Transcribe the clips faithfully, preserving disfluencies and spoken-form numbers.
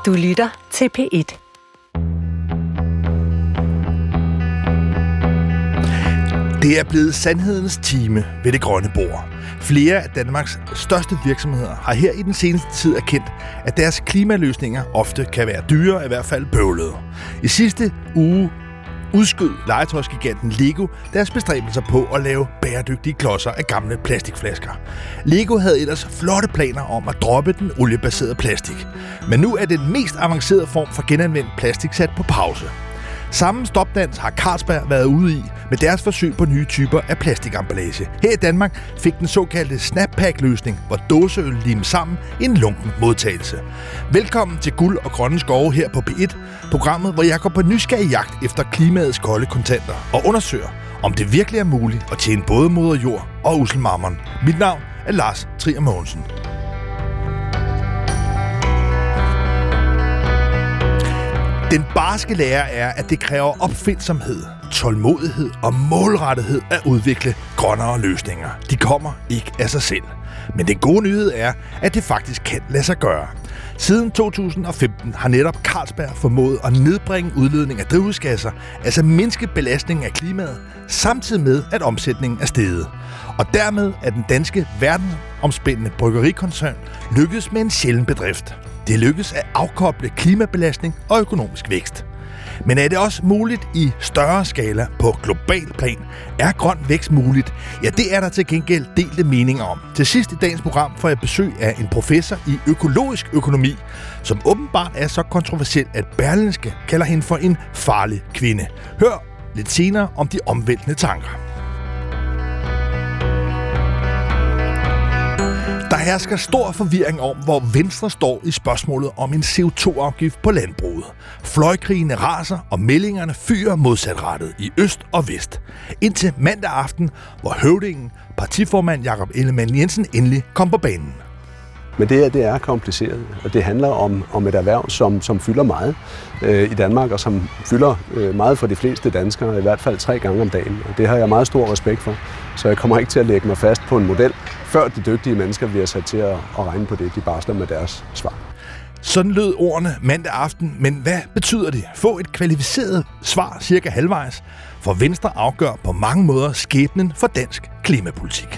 Du lytter til P et. Det er blevet sandhedens time ved det grønne bord. Flere af Danmarks største virksomheder har her i den seneste tid erkendt, at deres klimaløsninger ofte kan være dyre, i hvert fald bøvlede. I sidste uge udskød legetøjsgiganten Lego deres bestræbelser på at lave bæredygtige klodser af gamle plastikflasker. Lego havde ellers flotte planer om at droppe den oliebaserede plastik. Men nu er den mest avancerede form for genanvendt plastik sat på pause. Samme stopdans har Carlsberg været ude i med deres forsøg på nye typer af plastikemballage. Her i Danmark fik den såkaldte snappack-løsning, hvor dåseøl limes sammen, en lunken modtagelse. Velkommen til Guld og Grønne Skove her på P et, programmet, hvor jeg går på nysgerrig jagt efter klimaets kolde kontanter og undersøger, om det virkelig er muligt at tjene både moder jord og usselmammon. Mit navn er Lars Trier Mogensen. Den barske lære er, at det kræver opfindsomhed, tålmodighed og målrettethed at udvikle grønnere løsninger. De kommer ikke af sig selv. Men den gode nyhed er, at det faktisk kan lade sig gøre. Siden to tusind og femten har netop Carlsberg formået at nedbringe udledning af drivhusgasser, altså mindske belastningen af klimaet, samtidig med, at omsætningen er steget. Og dermed er den danske verdensomspændende bryggerikoncern lykkedes med en sjælden bedrift. Det lykkes at afkoble klimabelastning og økonomisk vækst. Men er det også muligt i større skala på global plan? Er grøn vækst muligt? Ja, det er der til gengæld delte meninger om. Til sidst i dagens program får jeg besøg af en professor i økologisk økonomi, som åbenbart er så kontroversiel, at Berlingske kalder hende for en farlig kvinde. Hør lidt senere om de omvæltende tanker. Der hersker stor forvirring om, hvor Venstre står i spørgsmålet om en C O to afgift på landbruget. Fløjkrigene raser, og meldingerne fyrer modsatrettet i øst og vest. Indtil mandag aften, hvor høvdingen, partiformand Jakob Ellemann-Jensen, endelig kom på banen. Men det her, det er kompliceret, og det handler om, om et erhverv, som, som fylder meget øh, i Danmark, og som fylder øh, meget for de fleste danskere, i hvert fald tre gange om dagen. Og det har jeg meget stor respekt for, så jeg kommer ikke til at lægge mig fast på en model, før de dygtige mennesker bliver sat til at, at regne på det, de barsler med deres svar. Sådan lød ordene mandag aften, men hvad betyder det? Få et kvalificeret svar cirka halvvejs, for Venstre afgør på mange måder skæbnen for dansk klimapolitik.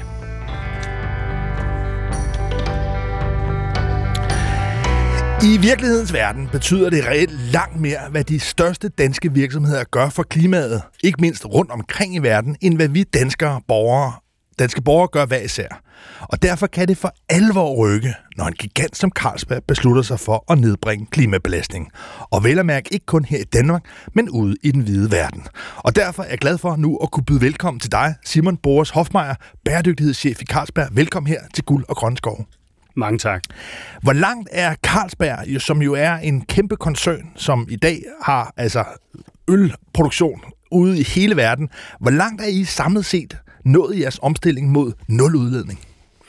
I virkelighedens verden betyder det reelt langt mere, hvad de største danske virksomheder gør for klimaet, ikke mindst rundt omkring i verden, end hvad vi danskere borgere, danske borgere gør hver især. Og derfor kan det for alvor rykke, når en gigant som Carlsberg beslutter sig for at nedbringe klimabelastning. Og vel at mærke ikke kun her i Danmark, men ude i den hvide verden. Og derfor er jeg glad for nu at kunne byde velkommen til dig, Simon Boris Hofmeier, bæredygtighedschef i Carlsberg. Velkommen her til Guld og Grønne Skove. Mange tak. Hvor langt er Carlsberg, som jo er en kæmpe koncern, som i dag har altså ølproduktion ude i hele verden, hvor langt er I samlet set nået i jeres omstilling mod nul udledning?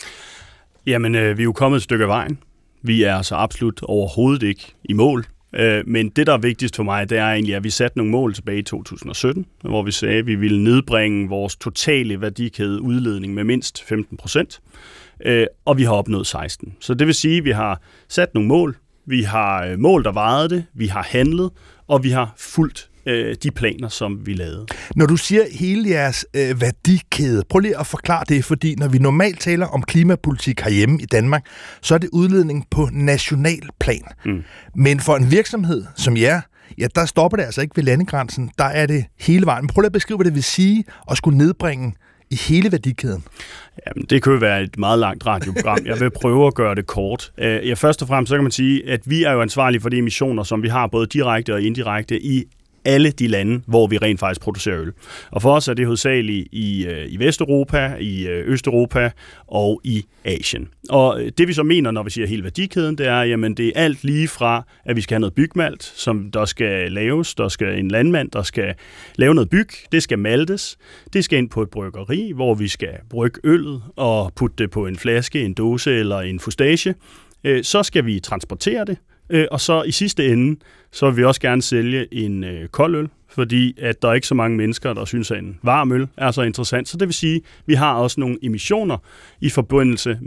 Jamen, øh, vi er jo kommet et stykke af vejen. Vi er så absolut overhovedet ikke i mål. Øh, men det, der er vigtigst for mig, det er egentlig, at vi satte nogle mål tilbage i to tusind og sytten, hvor vi sagde, at vi ville nedbringe vores totale værdikæde udledning med mindst femten procent. Øh, og vi har opnået seksten. Så det vil sige, at vi har sat nogle mål, vi har mål, der varede det, vi har handlet, og vi har fulgt øh, de planer, som vi lavede. Når du siger hele jeres øh, værdikæde, prøv lige at forklare det, fordi når vi normalt taler om klimapolitik herhjemme i Danmark, så er det udledning på national plan. Mm. Men for en virksomhed som jer, ja, der stopper det altså ikke ved landegrænsen, der er det hele vejen. Men prøv lige at beskrive, hvad det vil sige at skulle nedbringe i hele værdikæden. Jamen, det kan jo være et meget langt radioprogram. Jeg vil prøve at gøre det kort. Ja, først og fremmest så kan man sige, at vi er jo ansvarlige for de emissioner, som vi har både direkte og indirekte i alle de lande, hvor vi rent faktisk producerer øl. Og for os er det hovedsageligt i, i Vesteuropa, i Østeuropa og i Asien. Og det vi så mener, når vi siger hele værdikæden, det er, jamen det er alt lige fra, at vi skal have noget bygmalt, som der skal laves, der skal en landmand, der skal lave noget byg, det skal maltes, det skal ind på et bryggeri, hvor vi skal brygge øllet og putte det på en flaske, en dåse eller en fustage. Så skal vi transportere det, og så i sidste ende, så vil vi også gerne sælge en øh, kold øl, fordi at der er ikke så mange mennesker, der synes, at en varm øl er så interessant. Så det vil sige, at vi har også nogle emissioner i forbindelse med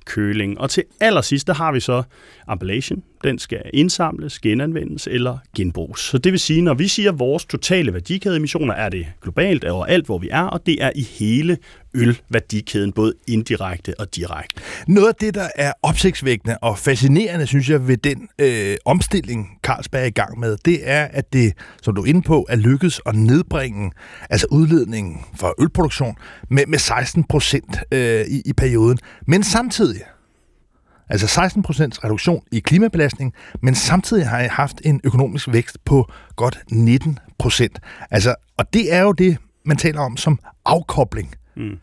køling. Og til allersidst, der har vi så emballation. Den skal indsamles, genanvendes eller genbruges. Så det vil sige, når vi siger, at vores totale værdikædeemissioner, er det globalt overalt, hvor vi er, og det er i hele ølværdikæden, både indirekte og direkte. Noget af det, der er opsigtsvækkende og fascinerende, synes jeg, ved den øh, omstilling, Carlsberg er i gang med, det er, at det, som du er inde på, er lykkedes at nedbringe altså udledningen for ølproduktion med, med seksten procent øh, i, i perioden. Men samtidig, altså seksten procent reduktion i klimabelastning, men samtidig har jeg haft en økonomisk vækst på godt nitten procent. Altså, og det er jo det, man taler om som afkobling. Mm.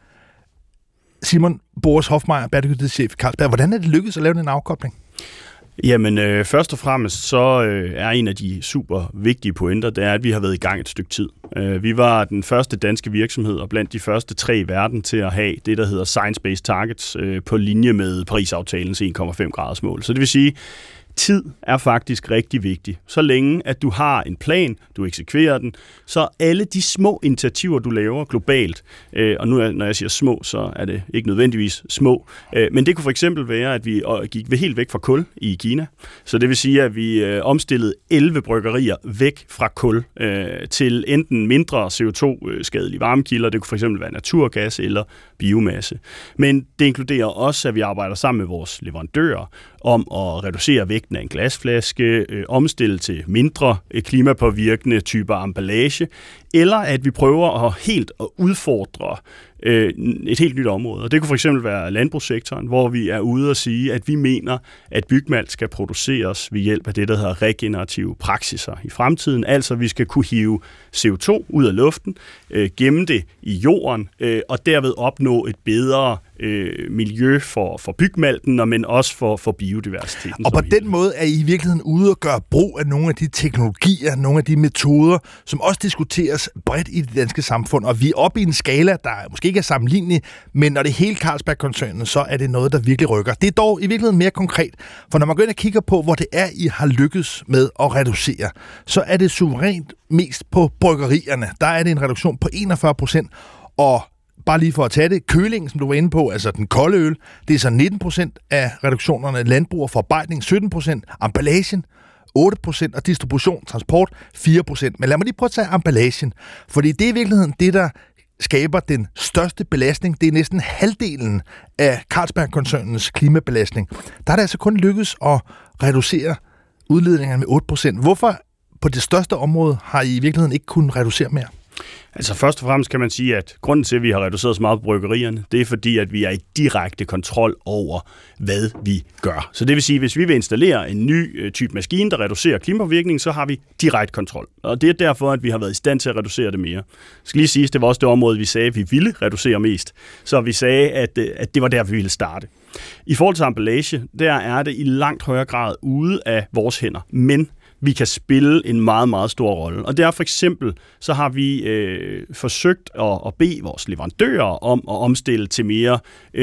Simon Boris Hofmeier, bæredygtighedschef i Carlsberg, hvordan er det lykkedes at lave den afkobling? Jamen, øh, først og fremmest så øh, er en af de super vigtige pointer, det er, at vi har været i gang et stykke tid. Øh, vi var den første danske virksomhed, og blandt de første tre i verden til at have det, der hedder Science-Based Targets, øh, på linje med Paris-aftalens en komma fem graders mål. Så det vil sige, tid er faktisk rigtig vigtig. Så længe, at du har en plan, du eksekverer den, så alle de små initiativer, du laver globalt, øh, og nu når jeg siger små, så er det ikke nødvendigvis små, øh, men det kunne for eksempel være, at vi gik helt væk fra kul i Kina. Så det vil sige, at vi øh, omstillede elleve bryggerier væk fra kul øh, til enten mindre C O to-skadelige varmekilder, det kunne for eksempel være naturgas eller biomasse. Men det inkluderer også, at vi arbejder sammen med vores leverandører om at reducere vægten af en glasflaske, øh, omstille til mindre øh, klimapåvirkende typer emballage, eller at vi prøver at helt at udfordre øh, et helt nyt område. Og det kunne for eksempel være landbrugssektoren, hvor vi er ude og sige, at vi mener, at bygmalt skal produceres ved hjælp af det, der hedder regenerative praksiser i fremtiden. Altså, vi skal kunne hive C O to ud af luften, øh, gemme det i jorden, øh, og derved opnå et bedre øh, miljø for, for bygmalten, men også for, for biodiversiteten. Og på den måde er I i virkeligheden ude og gøre brug af nogle af de teknologier, nogle af de metoder, som også diskuteres bredt i det danske samfund. Og vi er oppe i en skala, der måske ikke er sammenlignelig, men når det er hele Carlsberg-koncernen, så er det noget, der virkelig rykker. Det er dog i virkeligheden mere konkret, for når man går ind og kigger på, hvor det er, I har lykkes med at reducere, så er det suverænt mest på bryggerierne. Der er det en reduktion på enogfyrre procent, og bare lige for at tage det, kølingen, som du var inde på, altså den kolde øl, det er så nitten procent af reduktionerne, landbrug og forarbejdning sytten procent, emballagen otte procent og distribution, transport fire procent. Men lad mig lige prøve at tage emballagen, fordi det er i virkeligheden det, der skaber den største belastning. Det er næsten halvdelen af Carlsberg-koncernens klimabelastning. Der er det altså kun lykkedes at reducere udledningerne med otte procent. Hvorfor på det største område har I i virkeligheden ikke kunnet reducere mere? Altså først og fremmest kan man sige, at grunden til, at vi har reduceret så meget på bryggerierne, det er fordi, at vi er i direkte kontrol over, hvad vi gør. Så det vil sige, at hvis vi vil installere en ny type maskine, der reducerer klimapåvirkningen, så har vi direkte kontrol. Og det er derfor, at vi har været i stand til at reducere det mere. Jeg skal lige sige, at det var også det område, vi sagde, at vi ville reducere mest. Så vi sagde, at, at det var der, vi ville starte. I forhold til emballage, der er det i langt højere grad ude af vores hænder. Men vi kan spille en meget, meget stor rolle. Og det er for eksempel, så har vi øh, forsøgt at, at bede vores leverandører om at omstille til mere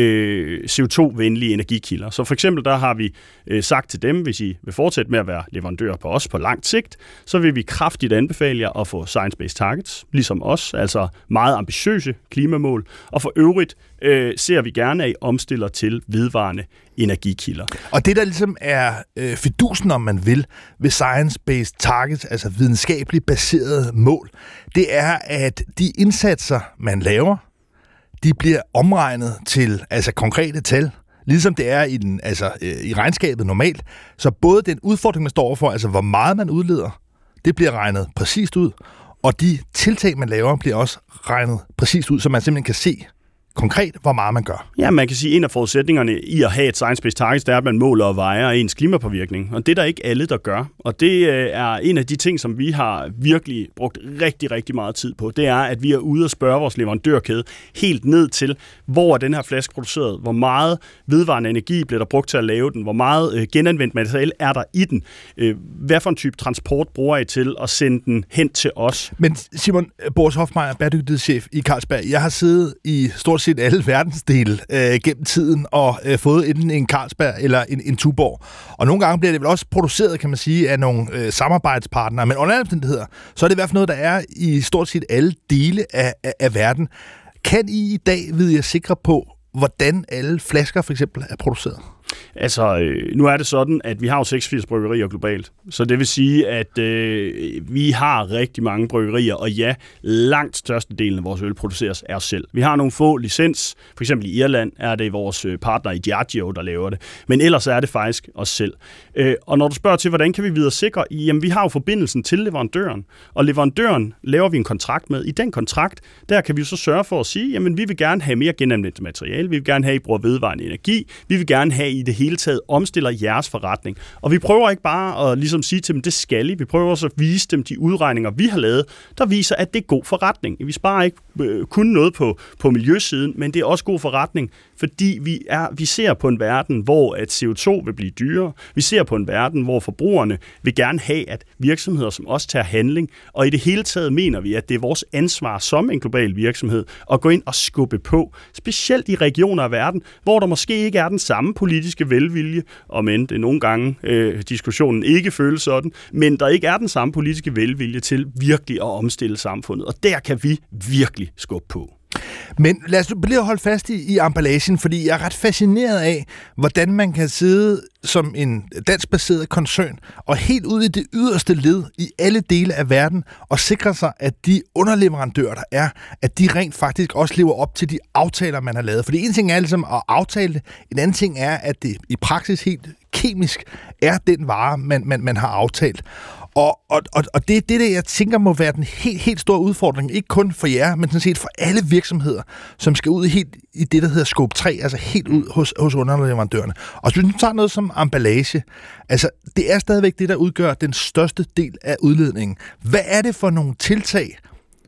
øh, C O to-venlige energikilder. Så for eksempel, der har vi øh, sagt til dem, hvis I vil fortsætte med at være leverandører på os på langt sigt, så vil vi kraftigt anbefale jer at få Science-Based Targets, ligesom os, altså meget ambitiøse klimamål. Og for øvrigt øh, ser vi gerne, at I omstiller til vedvarende energikilder. Og det, der ligesom er øh, fidusen, om man vil, ved Science-Based Targets, altså videnskabeligt baserede mål, det er, at de indsatser, man laver, de bliver omregnet til altså konkrete tal, ligesom det er i, den, altså, øh, i regnskabet normalt. Så både den udfordring, man står overfor, altså hvor meget man udleder, det bliver regnet præcist ud, og de tiltag, man laver, bliver også regnet præcist ud, så man simpelthen kan se konkret, hvor meget man gør. Ja, man kan sige, at en af forudsætningerne i at have et Science-Based Targets, det er, at man måler og vejer ens klimapåvirkning. Og det er der ikke alle, der gør. Og det er en af de ting, som vi har virkelig brugt rigtig, rigtig meget tid på. Det er, at vi er ude og spørge vores leverandørkæde helt ned til, hvor er den her flaske produceret? Hvor meget vedvarende energi bliver der brugt til at lave den? Hvor meget genanvendt materiale er der i den? Hvad for en type transport bruger I til at sende den hen til os? Men Simon Boris Hofmeier, bæredygtighedschef i Carlsberg, jeg har siddet i stort set alle verdensdele øh, gennem tiden og øh, fået enten en Carlsberg eller en, en Tuborg. Og nogle gange bliver det vel også produceret, kan man sige, af nogle øh, samarbejdspartnere, men under alle omstændigheder, så er det i hvert fald noget, der er i stort set alle dele af, af, af verden. Kan I i dag vide jer sikre på, hvordan alle flasker for eksempel er produceret? Altså, øh, nu er det sådan, at vi har jo seksogfirs bryggerier globalt. Så det vil sige, at øh, vi har rigtig mange bryggerier, og ja, langt størstedelen af vores øl produceres af os selv. Vi har nogle få licens. For eksempel i Irland er det vores partner i Diageo, der laver det. Men ellers er det faktisk os selv. Øh, og når du spørger til, hvordan kan vi videre sikre? Jamen, vi har jo forbindelsen til leverandøren. Og leverandøren laver vi en kontrakt med. I den kontrakt, der kan vi jo så sørge for at sige, jamen, vi vil gerne have mere genanvendt materiale. Vi vil gerne have, at I bruger vedvarende energi. Vi vil gerne have, i det hele taget omstiller jeres forretning. Og vi prøver ikke bare at ligesom sige til dem, det skal I. Vi prøver også at vise dem de udregninger, vi har lavet, der viser, at det er god forretning. Vi sparer ikke øh, kun noget på, på miljøsiden, men det er også god forretning, fordi vi, er, vi ser på en verden, hvor at C O to vil blive dyrere. Vi ser på en verden, hvor forbrugerne vil gerne have, at virksomheder som os tager handling. Og i det hele taget mener vi, at det er vores ansvar som en global virksomhed at gå ind og skubbe på. Specielt i regioner af verden, hvor der måske ikke er den samme politiske velvilje, og men det nogle gange øh, diskussionen ikke føles sådan, men der ikke er den samme politiske velvilje til virkelig at omstille samfundet. Og der kan vi virkelig skubbe på. Men lad os lige holde fast i, i emballagen, fordi jeg er ret fascineret af, hvordan man kan sidde som en danskbaseret koncern og helt ud i det yderste led i alle dele af verden og sikre sig, at de underleverandører, der er, at de rent faktisk også lever op til de aftaler, man har lavet. Fordi en ting er ligesom at aftale det, en anden ting er, at det i praksis helt kemisk er den vare, man, man, man har aftalt. Og, og, og det er det, der jeg tænker må være den helt, helt store udfordring, ikke kun for jer, men sådan set for alle virksomheder, som skal ud helt i det, der hedder scope tre, altså helt ud hos, hos underleverandørerne. Og hvis vi tager noget som emballage, altså det er stadigvæk det, der udgør den største del af udledningen. Hvad er det for nogle tiltag,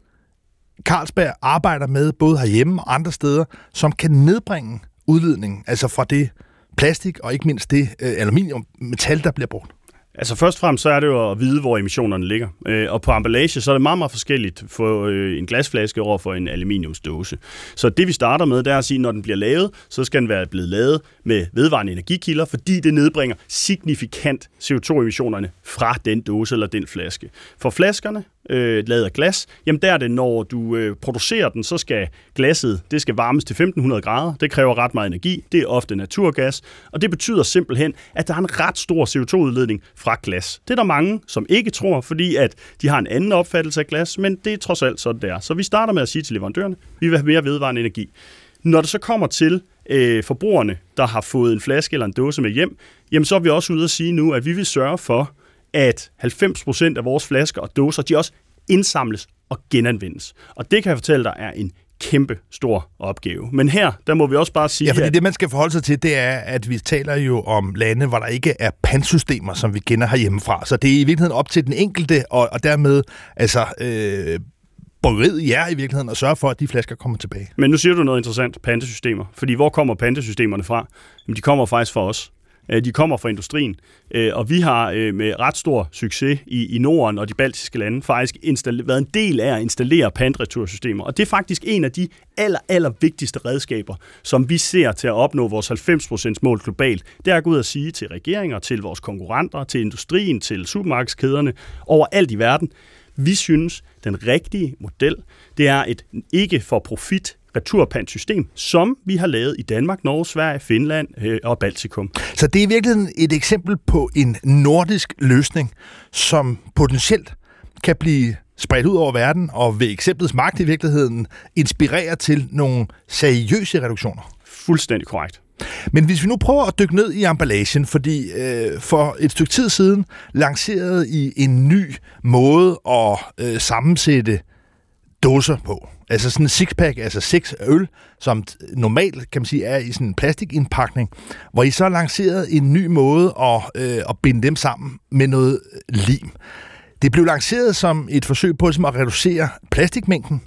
Carlsberg arbejder med, både herhjemme og andre steder, som kan nedbringe udledningen, altså fra det plastik og ikke mindst det øh, aluminium, metal, der bliver brugt? Altså først og fremmest så er det jo at vide, hvor emissionerne ligger. Øh, og på emballage, så er det meget, meget forskelligt for øh, en glasflaske over for en aluminiumsdåse. Så det vi starter med, det er at sige, at når den bliver lavet, så skal den være blevet lavet med vedvarende energikilder, fordi det nedbringer signifikant C O to emissionerne fra den dåse eller den flaske. For flaskerne, øh, lavet af glas, jamen der er det, når du øh, producerer den, så skal glasset, det skal varmes til femten hundrede grader. Det kræver ret meget energi. Det er ofte naturgas. Og det betyder simpelthen, at der er en ret stor C O to udledning fra glas. Det er der mange, som ikke tror, fordi at de har en anden opfattelse af glas, men det er trods alt sådan, det er. Så vi starter med at sige til leverandørerne, vi vil have mere vedvarende energi. Når det så kommer til øh, forbrugerne, der har fået en flaske eller en dåse med hjem, jamen så er vi også ude at sige nu, at vi vil sørge for, at halvfems procent af vores flasker og dåser, de også indsamles og genanvendes. Og det kan jeg fortælle dig er en kæmpe stor opgave. Men her, der må vi også bare sige... Ja, fordi at det, man skal forholde sig til, det er, at vi taler jo om lande, hvor der ikke er pantsystemer, som vi kender herhjemmefra. Så det er i virkeligheden op til den enkelte, og, og dermed altså... Øh bryggeriet jer i virkeligheden og sørge for, at de flasker kommer tilbage. Men nu siger du noget interessant, pantesystemer. Fordi hvor kommer pantesystemerne fra? Jamen, de kommer faktisk fra os. De kommer fra industrien, og vi har med ret stor succes i, i Norden og de baltiske lande faktisk været en del af at installere pantretursystemer. Og det er faktisk en af de aller, aller vigtigste redskaber, som vi ser til at opnå vores halvfems procent mål globalt. Det er at gå ud og sige til regeringer, til vores konkurrenter, til industrien, til supermarkedskæderne overalt i verden. Vi synes, den rigtige model, det er et ikke for profit returpantsystem, som vi har lavet i Danmark, Norge, Sverige, Finland øh, og Baltikum. Så det er i virkeligheden et eksempel på en nordisk løsning, som potentielt kan blive spredt ud over verden, og ved eksemplets magt i virkeligheden inspirere til nogle seriøse reduktioner. Fuldstændig korrekt. Men hvis vi nu prøver at dykke ned i emballagen, fordi øh, for et stykke tid siden lancerede I en ny måde at øh, sammensætte dåser på. Altså sådan en sixpack, altså seks øl, som normalt kan man sige er i sådan en plastikindpakning, hvor I så lancerede en ny måde at, øh, at binde dem sammen med noget lim. Det blev lanceret som et forsøg på at reducere plastikmængden,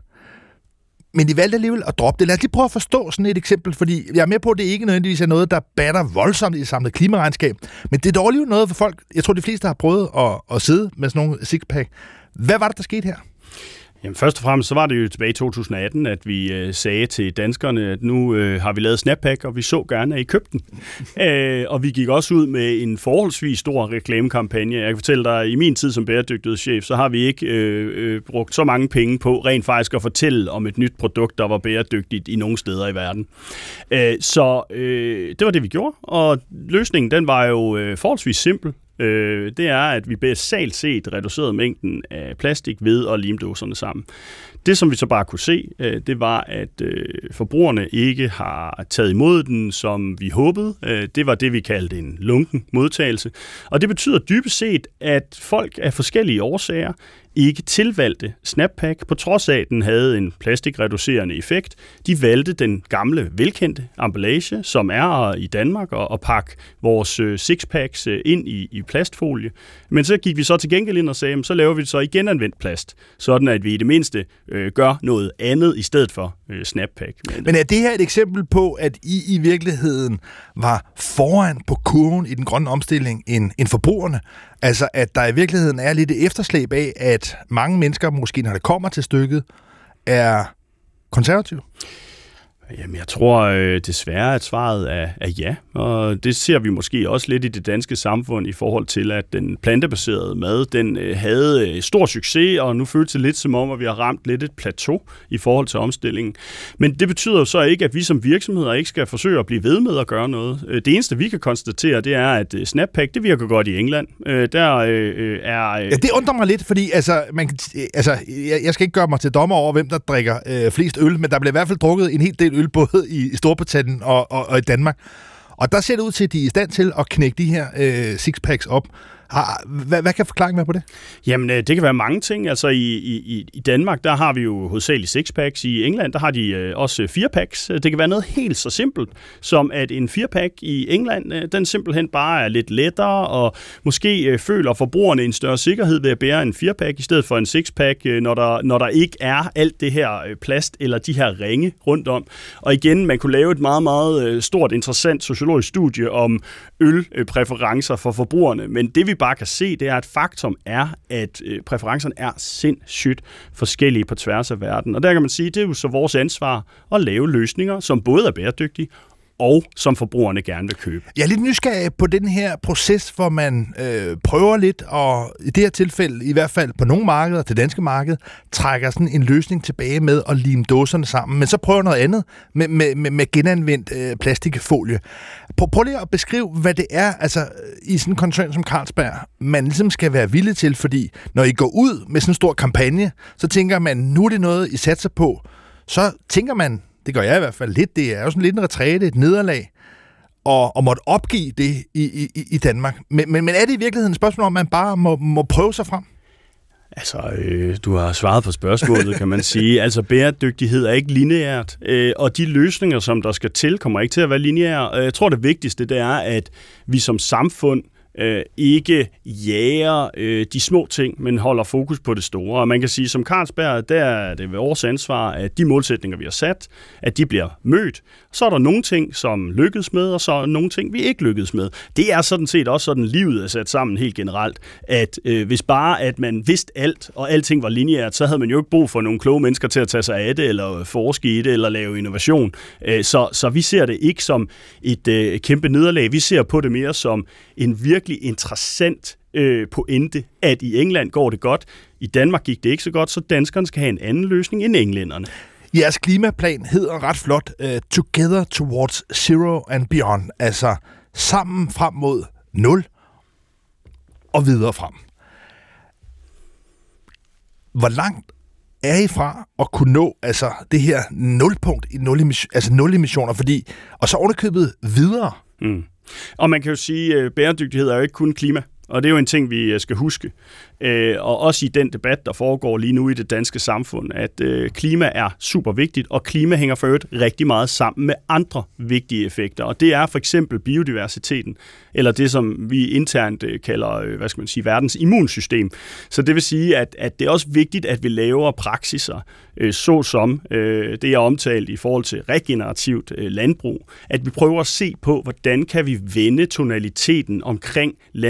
men de valgte alligevel at droppe det. Lad os lige prøve at forstå sådan et eksempel, fordi jeg er med på, at det ikke nødvendigvis er noget, der batter voldsomt i samlet klimaregnskab, men det er dog alligevel noget for folk. Jeg tror, de fleste har prøvet at, at sidde med sådan nogle sixpack. Hvad var det, der skete her? Jamen først og fremmest så var det jo tilbage i to tusind atten, at vi øh, sagde til danskerne, at nu øh, har vi lavet Snappack, og vi så gerne, at I købte den. Æ, og vi gik også ud med en forholdsvis stor reklamekampagne. Jeg kan fortælle dig, at i min tid som bæredygtighedschef, så har vi ikke øh, øh, brugt så mange penge på rent faktisk at fortælle om et nyt produkt, der var bæredygtigt i nogle steder i verden. Æ, så øh, det var det, vi gjorde, og løsningen den var jo øh, forholdsvis simpel. Det er, at vi basalt set reducerede mængden af plastik ved at lime dåserne sammen. Det, som vi så bare kunne se, det var, at forbrugerne ikke har taget imod den, som vi håbede. Det var det, vi kaldte en lunken modtagelse. Og det betyder dybest set, at folk af forskellige årsager ikke tilvalgte Snappack, på trods af, at den havde en plastikreducerende effekt. De valgte den gamle, velkendte emballage, som er i Danmark, og, og pakke vores øh, sixpacks øh, ind i, i plastfolie. Men så gik vi så til gengæld ind og sagde, så laver vi det så igen anvendt plast, sådan at vi i det mindste øh, gør noget andet i stedet for øh, Snappack. Men, Men er det her et eksempel på, at I i virkeligheden var foran på kurven i den grønne omstilling end, end forbrugerne? Altså, at der i virkeligheden er lidt et efterslæb af, at mange mennesker, måske når det kommer til stykket, er konservative? Jamen, jeg tror øh, desværre, at svaret er, er ja, og det ser vi måske også lidt i det danske samfund i forhold til, at den plantebaserede mad, den øh, havde øh, stor succes, og nu føles det lidt som om, at vi har ramt lidt et plateau i forhold til omstillingen. Men det betyder jo så ikke, at vi som virksomheder ikke skal forsøge at blive ved med at gøre noget. Det eneste, vi kan konstatere, det er, at øh, Snappack, det virker godt i England. Øh, der øh, er... Øh... Ja, det undrer mig lidt, fordi altså, man, altså, jeg, jeg skal ikke gøre mig til dommer over, hvem der drikker øh, flest øl, men der bliver i hvert fald drukket en hel del øl både i Storbritannien og, og, og i Danmark. Og der ser det ud til, at de er i stand til at knække de her øh, sixpacks op. Hvad, hvad kan forklaringen være på det? Jamen, det kan være mange ting. Altså, i, i, i Danmark, der har vi jo hovedsageligt sixpacks. I England, der har de øh, også firepacks. Det kan være noget helt så simpelt, som at en firepack i England, øh, den simpelthen bare er lidt lettere, og måske øh, føler forbrugerne en større sikkerhed ved at bære en firepack i stedet for en sixpack, øh, når, der, når der ikke er alt det her øh, plast eller de her ringe rundt om. Og igen, man kunne lave et meget, meget øh, stort, interessant sociologisk studie om ølpræferencer for forbrugerne, men det vi bare kan se, det er, at faktum er, at øh, præferencerne er sindssygt forskellige på tværs af verden. Og der kan man sige, det er jo så vores ansvar at lave løsninger, som både er bæredygtige, og som forbrugerne gerne vil købe. Jeg er lidt nysgerrig på den her proces, hvor man øh, prøver lidt, og i det her tilfælde, i hvert fald på nogle markeder, det danske marked, trækker sådan en løsning tilbage med at lime dåserne sammen, men så prøver noget andet med, med, med, med genanvendt øh, plastikfolie. Prøv, prøv lige at beskrive, hvad det er, altså i sådan en koncern som Carlsberg, man ligesom skal være villig til, fordi når I går ud med sådan en stor kampagne, så tænker man, nu er det noget, I satser på. Så tænker man, det gør jeg i hvert fald lidt, det er jo sådan lidt en retræte, et nederlag, og, og måtte opgive det i, i, i Danmark. Men, men, men er det i virkeligheden et spørgsmål om, at man bare må, må prøve sig frem? Altså, øh, du har svaret på spørgsmålet, kan man sige. Altså, bæredygtighed er ikke lineært, øh, og de løsninger, som der skal til, kommer ikke til at være lineære. Jeg tror, det vigtigste, det er, at vi som samfund Øh, ikke jager øh, de små ting, men holder fokus på det store. Og man kan sige, som Carlsberg, der er det vores ansvar, at de målsætninger, vi har sat, at de bliver mødt. Så er der nogle ting, som lykkes med, og så er der nogle ting, vi ikke lykkes med. Det er sådan set også sådan, livet er sat sammen helt generelt, at øh, hvis bare at man vidste alt, og alting var lineært, så havde man jo ikke brug for nogle kloge mennesker til at tage sig af det, eller forske i det, eller lave innovation. Øh, så, så vi ser det ikke som et øh, kæmpe nederlag. Vi ser på det mere som en virkelig interessant øh, pointe, at i England går det godt. I Danmark gik det ikke så godt, så danskerne skal have en anden løsning end englænderne. Jeres klimaplan hedder ret flot uh, Together Towards Zero and Beyond. Altså sammen frem mod nul og videre frem. Hvor langt er I fra at kunne nå altså, det her nulpunkt i nul emission, altså nul emissioner, fordi, og så ovenikøbet videre? Mm. Og man kan jo sige, at bæredygtighed er jo ikke kun klima, og det er jo en ting, vi skal huske. Og også i den debat, der foregår lige nu i det danske samfund, at klima er super vigtigt, og klima hænger for øvrigt rigtig meget sammen med andre vigtige effekter. Og det er for eksempel biodiversiteten, eller det, som vi internt kalder, hvad skal man sige, verdens immunsystem. Så det vil sige, at, at det er også vigtigt, at vi laver praksiser, såsom det er omtalt i forhold til regenerativt landbrug, at vi prøver at se på, hvordan kan vi vende tonaliteten omkring landbrugssektoren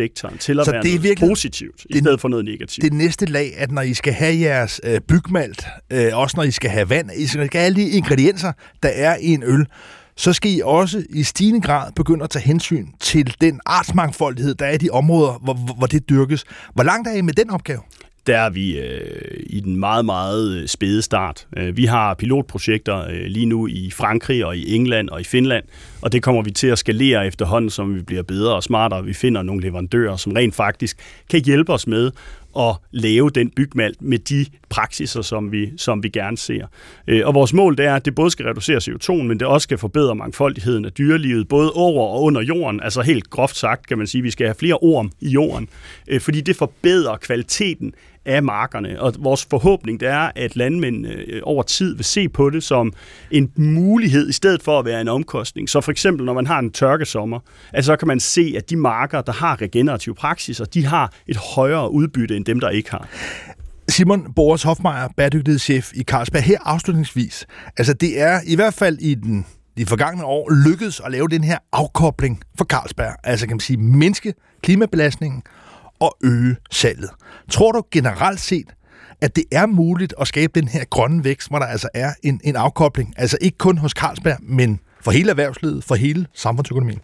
sektoren til at så være det er noget virkelig positivt, i stedet for noget negativt. Det næste lag, at når I skal have jeres øh, bygmalt, øh, også når I skal have vand, I skal have alle de ingredienser, der er i en øl, så skal I også i stigende grad begynde at tage hensyn til den artsmangfoldighed, der er i de områder, hvor, hvor det dyrkes. Hvor langt er I med den opgave? Der er vi øh, i den meget, meget spæde start. Vi har pilotprojekter øh, lige nu i Frankrig og i England og i Finland, og det kommer vi til at skalere efterhånden, som vi bliver bedre og smartere. Vi finder nogle leverandører, som rent faktisk kan hjælpe os med at lave den bygmalt med de praksiser, som vi, som vi gerne ser. Og vores mål det er, at det både skal reducere C O to, men det også skal forbedre mangfoldigheden af dyrelivet, både over og under jorden. Altså helt groft sagt, kan man sige, at vi skal have flere orm i jorden, fordi det forbedrer kvaliteten af markerne. Og vores forhåbning det er, at landmænd over tid vil se på det som en mulighed, i stedet for at være en omkostning. Så for eksempel, når man har en tørkesommer, altså, så kan man se, at de marker, der har regenerative praksiser, de har et højere udbytte end dem, der ikke har. Simon Boris Hofmeier, bæredygtighedschef i Carlsberg, her afslutningsvis. Altså det er i hvert fald i den de forgangne år lykkedes at lave den her afkobling for Carlsberg. Altså kan man sige mindske klimabelastningen og øge salget. Tror du generelt set, at det er muligt at skabe den her grønne vækst, hvor der altså er en, en afkobling, altså ikke kun hos Carlsberg, men for hele erhvervslivet, for hele samfundsøkonomien?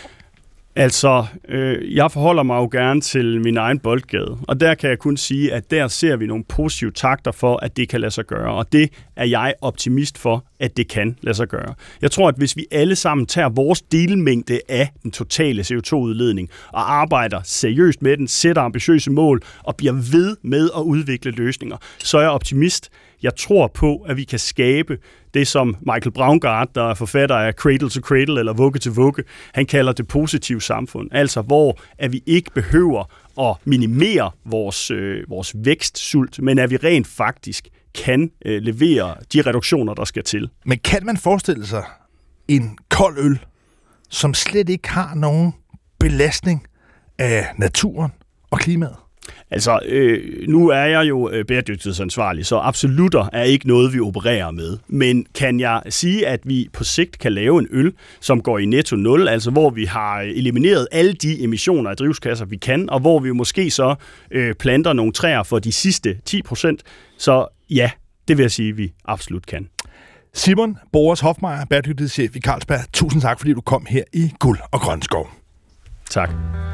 Altså, øh, jeg forholder mig jo gerne til min egen boldgade, og der kan jeg kun sige, at der ser vi nogle positive takter for, at det kan lade sig gøre, og det er jeg optimist for, at det kan lade sig gøre. Jeg tror, at hvis vi alle sammen tager vores delmængde af den totale C O to udledning og arbejder seriøst med den, sætter ambitiøse mål og bliver ved med at udvikle løsninger, så er jeg optimist. Jeg tror på, at vi kan skabe det, som Michael Braungart, der er forfatter af Cradle to Cradle eller Vugge til Vugge, han kalder det positive samfund. Altså, hvor at vi ikke behøver at minimere vores, øh, vores vækstsult, men at vi rent faktisk kan øh, levere de reduktioner, der skal til. Men kan man forestille sig en kold øl, som slet ikke har nogen belastning af naturen og klimaet? Altså, øh, nu er jeg jo øh, bæredygtighedsansvarlig, så absolutter er ikke noget, vi opererer med. Men kan jeg sige, at vi på sigt kan lave en øl, som går i netto nul, altså hvor vi har elimineret alle de emissioner af drivhusgasser, vi kan, og hvor vi måske så øh, planter nogle træer for de sidste ti procent, så ja, det vil jeg sige, at vi absolut kan. Simon Boris Hofmeier, bæredygtighedschef i Carlsberg, tusind tak, fordi du kom her i Guld og Grøn Skov. Tak.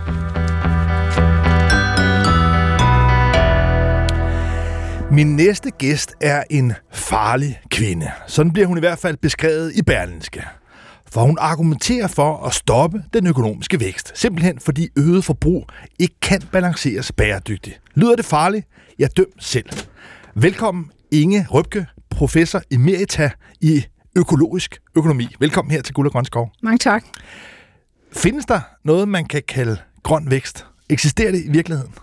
Min næste gæst er en farlig kvinde. Sådan bliver hun i hvert fald beskrevet i Berlingske. For hun argumenterer for at stoppe den økonomiske vækst. Simpelthen fordi øget forbrug ikke kan balanceres bæredygtigt. Lyder det farligt? Jeg døm selv. Velkommen Inge Røbke, professor emerita i økologisk økonomi. Velkommen her til Guld og Grøn Skov. Mange tak. Findes der noget, man kan kalde grøn vækst? Eksisterer det i virkeligheden?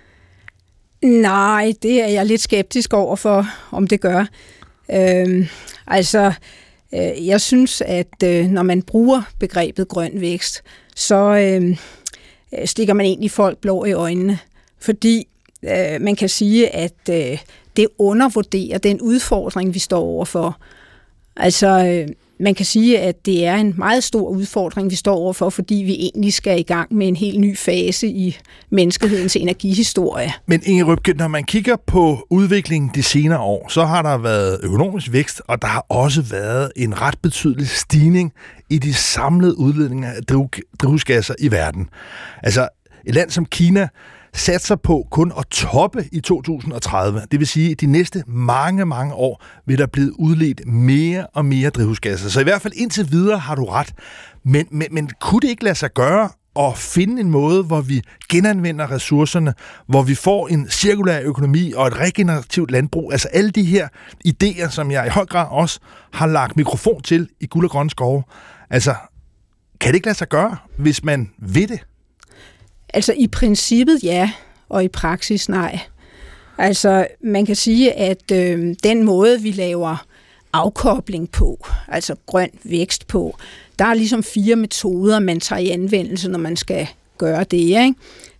Nej, det er jeg lidt skeptisk over for, om det gør. Øhm, altså, øh, jeg synes, at øh, når man bruger begrebet grøn vækst, så øh, stikker man egentlig folk blå i øjnene. Fordi øh, man kan sige, at øh, det undervurderer den udfordring, vi står overfor. Altså, øh, man kan sige, at det er en meget stor udfordring, vi står overfor, fordi vi egentlig skal i gang med en helt ny fase i menneskehedens energihistorie. Men Inge Røbke, når man kigger på udviklingen de senere år, så har der været økonomisk vækst, og der har også været en ret betydelig stigning i de samlede udledninger af drivhusgasser i verden. Altså, et land som Kina satser på kun at toppe i to tusind og tredive. Det vil sige, at de næste mange, mange år vil der blive udledt mere og mere drivhusgasser. Så i hvert fald indtil videre har du ret. Men, men, men kunne det ikke lade sig gøre at finde en måde, hvor vi genanvender ressourcerne, hvor vi får en cirkulær økonomi og et regenerativt landbrug? Altså alle de her idéer, som jeg i høj grad også har lagt mikrofon til i Guld og Grøn Skov. Altså, kan det ikke lade sig gøre, hvis man vil det? Altså i princippet ja, og i praksis nej. Altså man kan sige, at øh, den måde, vi laver afkobling på, altså grøn vækst på, der er ligesom fire metoder, man tager i anvendelse, når man skal gøre det, ikke?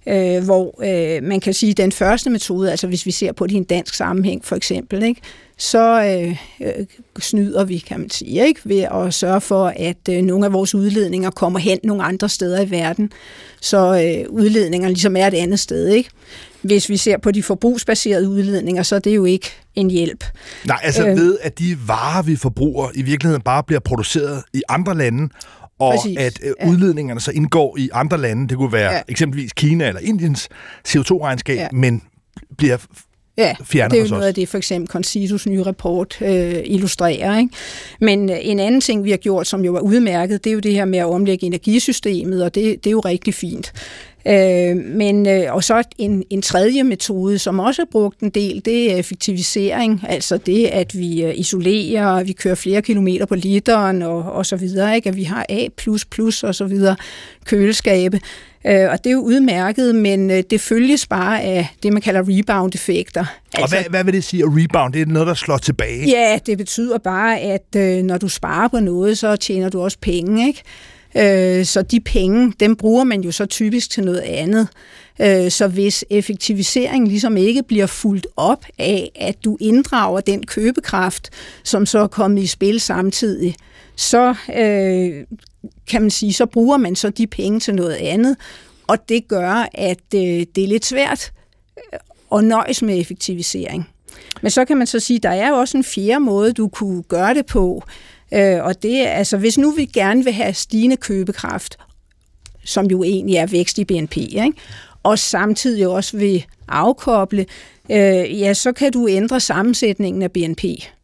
øh, hvor øh, man kan sige, at den første metode, altså hvis vi ser på det i en dansk sammenhæng for eksempel, ikke, så øh, øh, snyder vi, kan man sige, ikke, ved at sørge for, at øh, nogle af vores udledninger kommer hen nogle andre steder i verden, så øh, udledningerne ligesom er et andet sted, ikke? Hvis vi ser på de forbrugsbaserede udledninger, så er det jo ikke en hjælp. Nej, altså øh, ved, at de varer, vi forbruger, i virkeligheden bare bliver produceret i andre lande, og præcis, at øh, ja. udledningerne så indgår i andre lande, det kunne være ja. eksempelvis Kina eller Indiens C O to regnskab, ja. men bliver Ja, det er jo noget af det, for eksempel Concitos nye rapport øh, illustrerer. Ikke? Men en anden ting, vi har gjort, som jo er udmærket, det er jo det her med at omlægge energisystemet, og det, det er jo rigtig fint. Øh, men, øh, og så en, en tredje metode, som også er brugt en del, det er effektivisering, altså det, at vi isolerer, vi kører flere kilometer på literen og, og så videre, ikke? At vi har A plus plus og så videre køleskabe. Øh, og det er jo udmærket, men øh, det følges bare af det, man kalder rebound-effekter. Altså, og hvad, hvad vil det sige at rebound? Det er noget, der slår tilbage? Ja, det betyder bare, at øh, når du sparer på noget, så tjener du også penge, ikke? Så de penge, dem bruger man jo så typisk til noget andet. Så hvis effektiviseringen ligesom ikke bliver fulgt op af, at du inddrager den købekraft, som så er kommet i spil samtidig, så øh, kan man sige, så bruger man så de penge til noget andet, og det gør, at øh, det er lidt svært at nøjes med effektivisering. Men så kan man så sige, at der er jo også en fjerde måde, du kunne gøre det på. Øh, og det er altså, hvis nu vi gerne vil have stigende købekraft, som jo egentlig er vækst i B N P, ikke? Og samtidig også vil afkoble, øh, ja, så kan du ændre sammensætningen af B N P.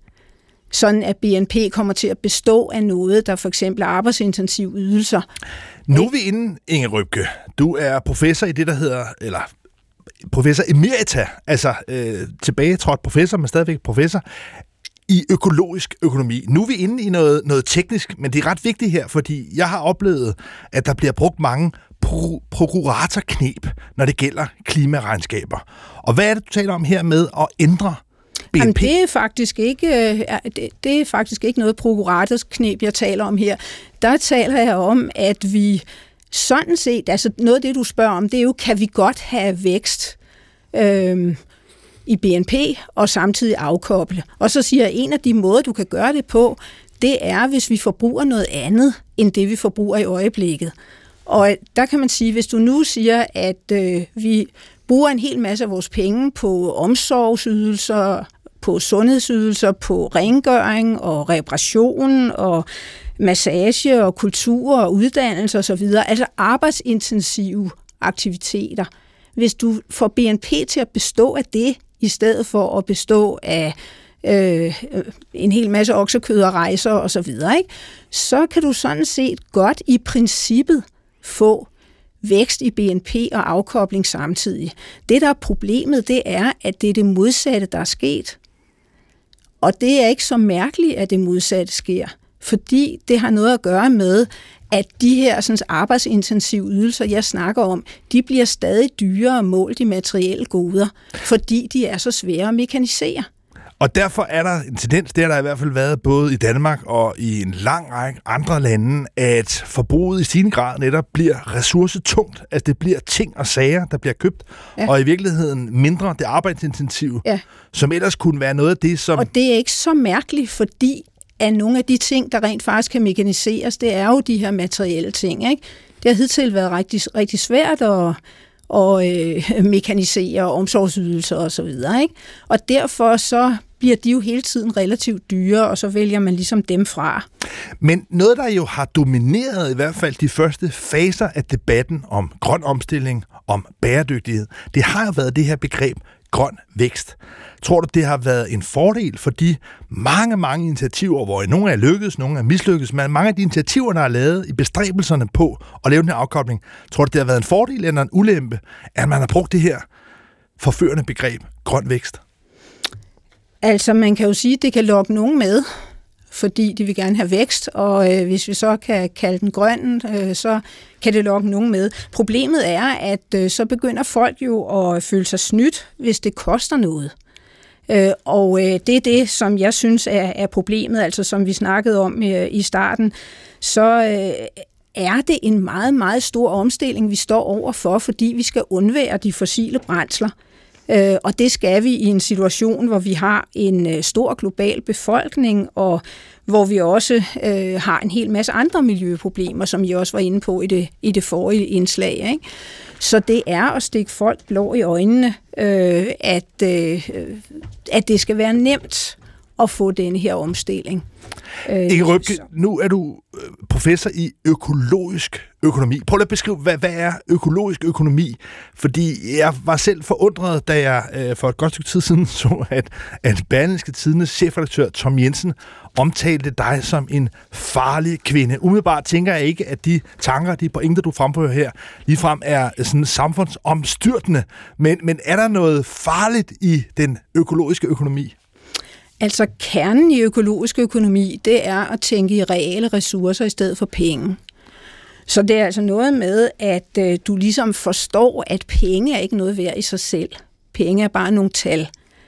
Sådan at B N P kommer til at bestå af noget, der for eksempel er arbejdsintensive ydelser. Nu er vi inde, Inge Røbke. Du er professor i det, der hedder, eller professor emerita, altså øh, tilbagetrådt professor, men stadigvæk professor, i økologisk økonomi. Nu er vi inde i noget, noget teknisk, men det er ret vigtigt her, fordi jeg har oplevet, at der bliver brugt mange pro- prokuratorknep, når det gælder klimaregnskaber. Og hvad er det, du taler om her med at ændre B N P? Jamen, det er faktisk ikke, det, det er faktisk ikke noget prokuratorsknep, jeg taler om her. Der taler jeg om, at vi sådan set, altså noget af det, du spørger om, det er jo, kan vi godt have vækst øhm, i B N P og samtidig afkoble. Og så siger jeg, at en af de måder, du kan gøre det på, det er, hvis vi forbruger noget andet, end det vi forbruger i øjeblikket. Og der kan man sige, hvis du nu siger, at øh, vi bruger en hel masse af vores penge på omsorgsydelser, på sundhedsydelser, på rengøring og reparation og massage og kultur og uddannelse osv., altså arbejdsintensive aktiviteter. Hvis du får B N P til at bestå af det, i stedet for at bestå af øh, en hel masse oksekød og rejser og så videre, ikke? Så kan du sådan set godt i princippet få vækst i B N P og afkobling samtidig. Det, der er problemet, det er, at det er det modsatte, der er sket. Og det er ikke så mærkeligt, at det modsatte sker, fordi det har noget at gøre med, at de her sådan, arbejdsintensive ydelser, jeg snakker om, de bliver stadig dyrere målt i materielle goder, fordi de er så svære at mekanisere. Og derfor er der en tendens, det har der i hvert fald været både i Danmark og i en lang række andre lande, at forbruget i stigende grad netop bliver ressourcetungt. Altså det bliver ting og sager, der bliver købt, ja. Og i virkeligheden mindre det arbejdsintensive, ja. Som ellers kunne være noget af det, som... Og det er ikke så mærkeligt, fordi at nogle af de ting, der rent faktisk kan mekaniseres, det er jo de her materielle ting, ikke? Det har hidtil været rigtig, rigtig svært at, at øh, mekanisere omsorgsydelser og så videre, ikke? Og derfor så bliver de jo hele tiden relativt dyre, og så vælger man ligesom dem fra. Men noget, der jo har domineret i hvert fald de første faser af debatten om grøn omstilling, om bæredygtighed, det har jo været det her begreb grøn vækst. Tror du, det har været en fordel for de mange, mange initiativer, hvor nogle er lykkedes, nogle er mislykkedes, men mange af de initiativer, der er lavet i bestræbelserne på at lave den her afkobling, tror du, det har været en fordel eller en ulempe, at man har brugt det her forførende begreb grøn vækst? Altså, man kan jo sige, at det kan lokke nogen med, fordi de vil gerne have vækst, og øh, hvis vi så kan kalde den grøn, øh, så kan det lokke nogen med. Problemet er, at øh, så begynder folk jo at føle sig snydt, hvis det koster noget. Øh, og øh, det er det, som jeg synes er, er problemet, altså som vi snakkede om øh, i starten, så øh, er det en meget, meget stor omstilling, vi står overfor, fordi vi skal undvære de fossile brændsler. Øh, og det skal vi i en situation, hvor vi har en øh, stor global befolkning, og hvor vi også øh, har en hel masse andre miljøproblemer, som I også var inde på i det, i det forrige indslag, ikke? Så det er at stikke folk blå i øjnene, øh, at, øh, at det skal være nemt at få denne her omstilling. Inge Røbke, nu er du professor i økologisk økonomi. Prøv lige at beskrive, hvad, hvad er økologisk økonomi? Fordi jeg var selv forundret, da jeg øh, for et godt stykke tid siden så, at, at Berlingske Tidendes chefredaktør Tom Jensen omtalte dig som en farlig kvinde. Umiddelbart tænker jeg ikke, at de tanker, de pointer, du fremfører her, ligefrem er sådan samfundsomstyrtende. Men, men er der noget farligt i den økologiske økonomi? Altså kernen i økologisk økonomi, det er at tænke i reelle ressourcer i stedet for penge. Så det er altså noget med, at øh, du ligesom forstår, at penge er ikke noget værd i sig selv. Penge er bare nogle tal,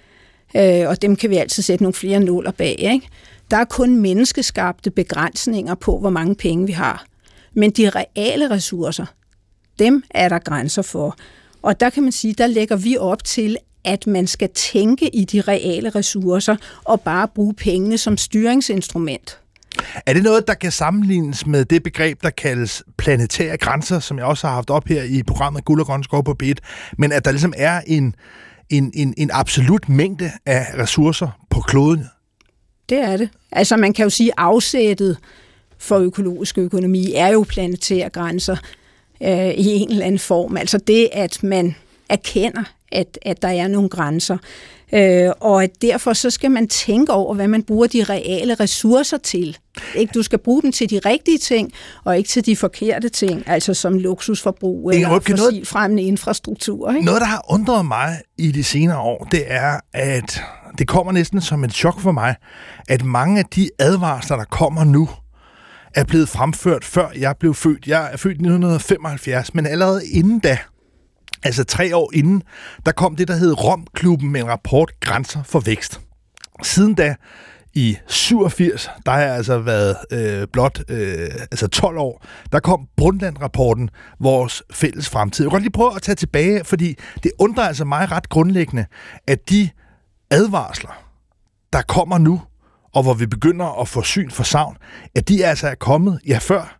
øh, og dem kan vi altid sætte nogle flere nuller bag, ikke? Der er kun menneskeskabte begrænsninger på, hvor mange penge vi har. Men de reelle ressourcer, dem er der grænser for. Og der kan man sige, der lægger vi op til, at man skal tænke i de reelle ressourcer og bare bruge pengene som styringsinstrument. Er det noget, der kan sammenlignes med det begreb, der kaldes planetære grænser, som jeg også har haft op her i programmet Guld og Grønne Skove på B et, men at der ligesom er en, en, en, en absolut mængde af ressourcer på kloden? Det er det. Altså man kan jo sige, at afsættet for økologisk økonomi er jo planetære grænser øh, i en eller anden form. Altså det, at man erkender, at, at der er nogle grænser. Øh, og at derfor så skal man tænke over, hvad man bruger de reelle ressourcer til. Ikke? Du skal bruge dem til de rigtige ting, og ikke til de forkerte ting, altså som luksusforbrug eller fossilfremmende infrastruktur. Ikke? Noget, der har undret mig i de senere år, det er, at det kommer næsten som et chok for mig, at mange af de advarsler, der kommer nu, er blevet fremført, før jeg blev født. Jeg er født i nitten femoghalvfjerds, men allerede inden da, altså tre år inden, der kom det, der hed Romklubben med en rapport Grænser for vækst. Siden da, i syvogfirs, der har jeg altså været øh, blot øh, altså tolv år, der kom Brundtland-rapporten, Vores fælles fremtid. Jeg kan godt lige prøve at tage tilbage, fordi det undrer altså mig ret grundlæggende, at de advarsler, der kommer nu, og hvor vi begynder at få syn for savn, at de altså er kommet, ja før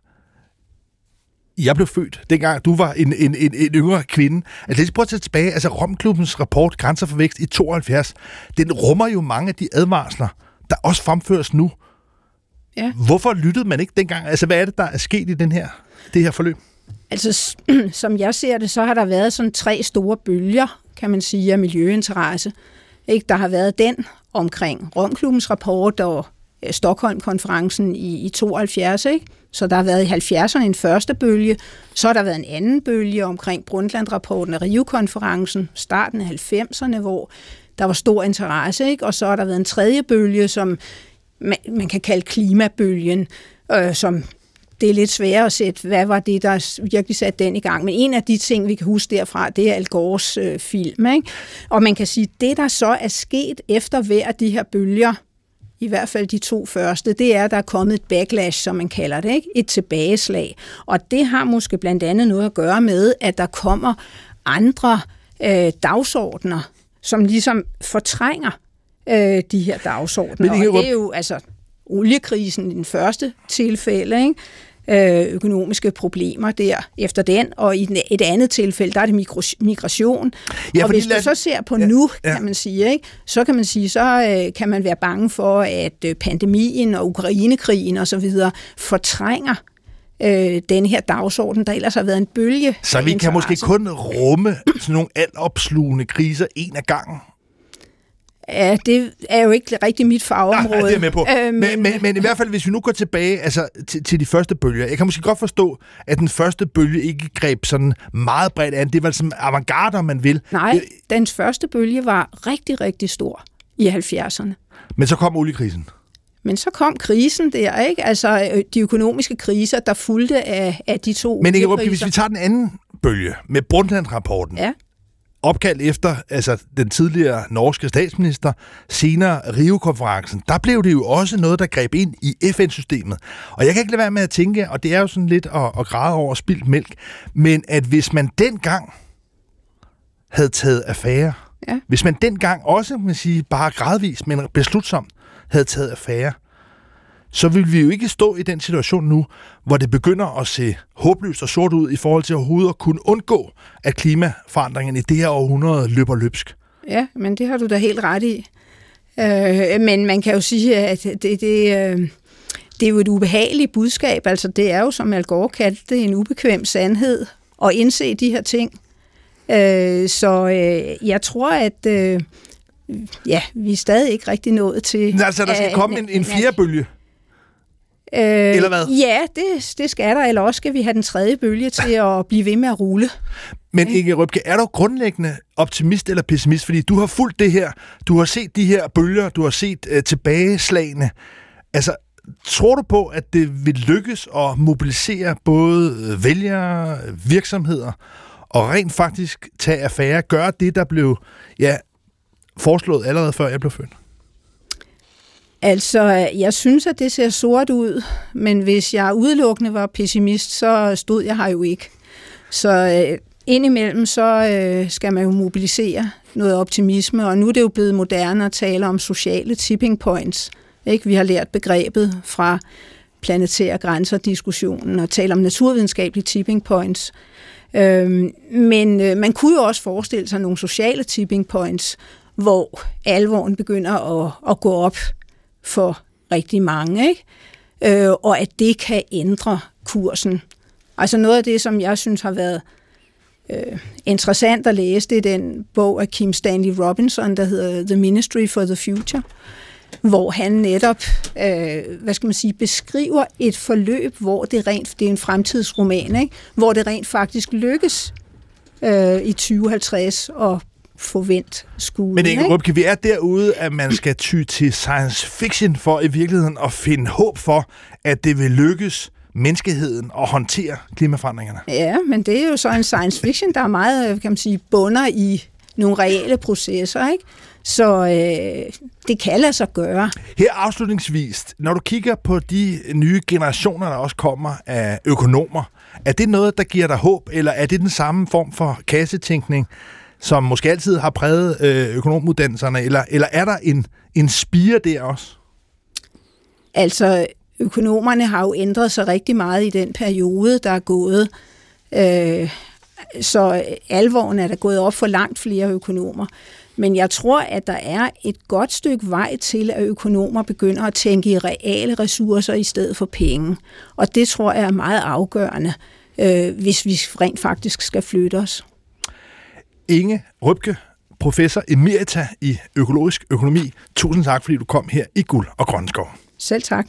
jeg blev født, dengang du var en, en, en, en yngre kvinde. Altså lad os prøve at tage tilbage. Altså Romklubbens rapport, Grænser for vækst i tooghalvfjerds, den rummer jo mange af de advarsler, der også fremføres nu. Ja. Hvorfor lyttede man ikke dengang? Altså hvad er det, der er sket i den her, det her forløb? Altså som jeg ser det, så har der været sådan tre store bølger, kan man sige, af miljøinteresse. Ikke? Der har været den omkring Romklubbens rapport og Stockholm-konferencen i, i tooghalvfjerds, ikke? Så der har været i halvfjerdserne en første bølge, så har der været en anden bølge omkring Brundtland-rapporten og Rio-konferencen, starten af halvfemserne, hvor der var stor interesse, ikke? Og så har der været en tredje bølge, som man, man kan kalde klimabølgen, øh, som det er lidt sværere at sætte, hvad var det, der virkelig satte den i gang. Men en af de ting, vi kan huske derfra, det er Al Gores øh, film, ikke? Og man kan sige, det der så er sket efter hver af de her bølger, i hvert fald de to første, det er, at der er kommet et backlash, som man kalder det, ikke? Et tilbageslag. Og det har måske blandt andet noget at gøre med, at der kommer andre øh, dagsordner, som ligesom fortrænger øh, de her dagsordner. Og det er jo altså oliekrisen i den første tilfælde, ikke? Øh, økonomiske problemer der efter den, og i et andet tilfælde, der er det migration. Ja, og hvis du så ser på ja, nu, kan ja. man sige, ikke, så kan man sige, så øh, kan man være bange for, at øh, pandemien og Ukrainekrigen og så videre fortrænger øh, den her dagsorden, der ellers har været en bølge. Så vi kan måske kun rumme sådan nogle altopslugende kriser en af gangen. Ja, det er jo ikke rigtig mit fagområde. Nej, det er jeg med på. Øh, men, men, men, men i hvert fald, hvis vi nu går tilbage altså, til, til de første bølger. Jeg kan måske godt forstå, at den første bølge ikke greb sådan meget bredt an. Det var sådan avantgarde, man vil. Nej, dens første bølge var rigtig, rigtig stor i halvfjerdserne. Men så kom oliekrisen. Men så kom krisen der, ikke? Altså de økonomiske kriser, der fulgte af, af de to Men ikke, hvis vi tager den anden bølge med Brundtland-rapporten. Ja. opkaldt efter altså den tidligere norske statsminister, senere Rio-konferencen, der blev det jo også noget, der greb ind i F N-systemet. Og jeg kan ikke lade være med at tænke, og det er jo sådan lidt at, at græde over spildt mælk, men at hvis man dengang havde taget affære, ja. hvis man dengang også, man sige, bare gradvist, men beslutsomt, havde taget affære, så vil vi jo ikke stå i den situation nu, hvor det begynder at se håbløst og sort ud i forhold til overhovedet at kunne undgå, at klimaforandringen i det her århundrede løber løbsk. Ja, men det har du da helt ret i. Øh, men man kan jo sige, at det, det, øh, det er jo et ubehageligt budskab. Altså det er jo, som Al Gore kaldte det, en ubekvem sandhed at indse de her ting. Øh, så øh, jeg tror, at øh, ja, vi er stadig ikke rigtig nået til... Altså der skal øh, komme en, en fjerde bølge? Øh, eller hvad? Ja, det, det skal der, eller også skal vi have den tredje bølge til at blive ved med at rulle. Men Inge Røbke, er du grundlæggende optimist eller pessimist? Fordi du har fulgt det her, du har set de her bølger, du har set uh, tilbageslagene. Altså, tror du på, at det vil lykkes at mobilisere både vælgere, virksomheder, og rent faktisk tage affære, gøre det, der blev ja, foreslået allerede før jeg blev født? Altså, jeg synes, at det ser sort ud, men hvis jeg udelukkende var pessimist, så stod jeg her jo ikke. Så øh, indimellem, så øh, skal man jo mobilisere noget optimisme, og nu er det jo blevet moderne at tale om sociale tipping points. Ikke? Vi har lært begrebet fra planetære grænser-diskussionen og tale om naturvidenskabelige tipping points. Øh, men øh, man kunne jo også forestille sig nogle sociale tipping points, hvor alvoren begynder at, at gå op for rigtig mange, ikke? Øh, og at det kan ændre kursen. Altså noget af det, som jeg synes har været øh, interessant at læse, det er den bog af Kim Stanley Robinson, der hedder The Ministry for the Future, hvor han netop, øh, hvad skal man sige, beskriver et forløb, hvor det rent, det er en fremtidsroman, ikke? Hvor det rent faktisk lykkes øh, i tyve halvtreds og forvent skuden. Men Inge Røbke, vi er derude, at man skal ty til science fiction for i virkeligheden at finde håb for, at det vil lykkes menneskeheden at håndtere klimaforandringerne. Ja, men det er jo så en science fiction, der er meget, kan man sige, bunder i nogle reelle processer, ikke? Så øh, det kan lade sig gøre. Her afslutningsvis, når du kigger på de nye generationer, der også kommer af økonomer, er det noget, der giver dig håb, eller er det den samme form for kassetænkning, som måske altid har præget øh, økonomuddannelserne, eller, eller er der en, en spire der også? Altså, økonomerne har jo ændret sig rigtig meget i den periode, der er gået. Øh, så alvoren er der gået op for langt flere økonomer. Men jeg tror, at der er et godt stykke vej til, at økonomer begynder at tænke i reale ressourcer i stedet for penge. Og det tror jeg er meget afgørende, øh, hvis vi rent faktisk skal flytte os. Inge Røbke, professor emerita i økologisk økonomi. Tusind tak, fordi du kom her i Guld og Grønne Skov. Selv tak.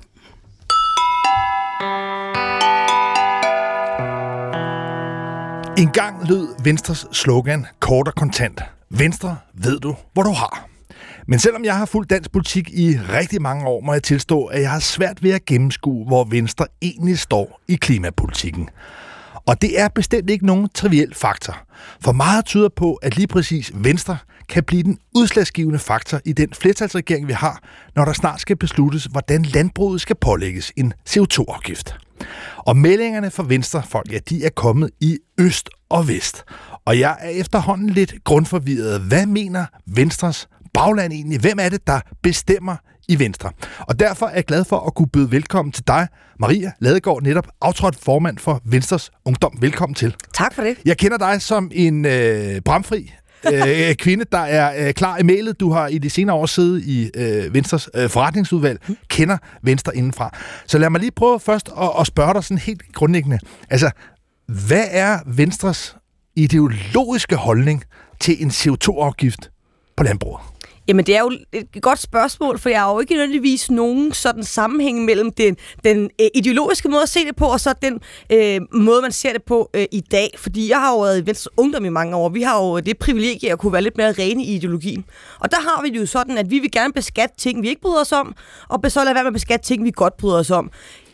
En gang lød Venstres slogan kort og kontant. Venstre ved du, hvor du har. Men selvom jeg har fulgt dansk politik i rigtig mange år, må jeg tilstå, at jeg har svært ved at gennemskue, hvor Venstre egentlig står i klimapolitikken. Og det er bestemt ikke nogen triviel faktor. For meget tyder på, at lige præcis Venstre kan blive den udslagsgivende faktor i den flertalsregering, vi har, når der snart skal besluttes, hvordan landbruget skal pålægges en C O to afgift. Og meldingerne fra Venstrefolk, ja, de er kommet i øst og vest. Og jeg er efterhånden lidt grundforvirret. Hvad mener Venstres bagland egentlig? Hvem er det, der bestemmer i Venstre? Og derfor er jeg glad for at kunne byde velkommen til dig, Maria Ladegaard, netop aftrådt formand for Venstres Ungdom. Velkommen til. Tak for det. Jeg kender dig som en øh, bramfri øh, kvinde, der er øh, klar i mailet. Du har i de senere år siddet i øh, Venstres øh, forretningsudvalg, kender Venstre indenfra. Så lad mig lige prøve først at, at spørge dig sådan helt grundlæggende. Altså, hvad er Venstres ideologiske holdning til en C O to afgift på landbruget? Jamen, det er jo et godt spørgsmål, for jeg har jo ikke nødvendigvis nogen sådan sammenhæng mellem den, den øh, ideologiske måde at se det på, og så den øh, måde, man ser det på øh, i dag. Fordi jeg har jo været i Venstres Ungdom i mange år. Vi har jo det privilegie at kunne være lidt mere rene i ideologien. Og der har vi det jo sådan, at vi vil gerne beskatte ting, vi ikke bryder os om, og så lade være med at beskatte ting, vi godt bryder os om.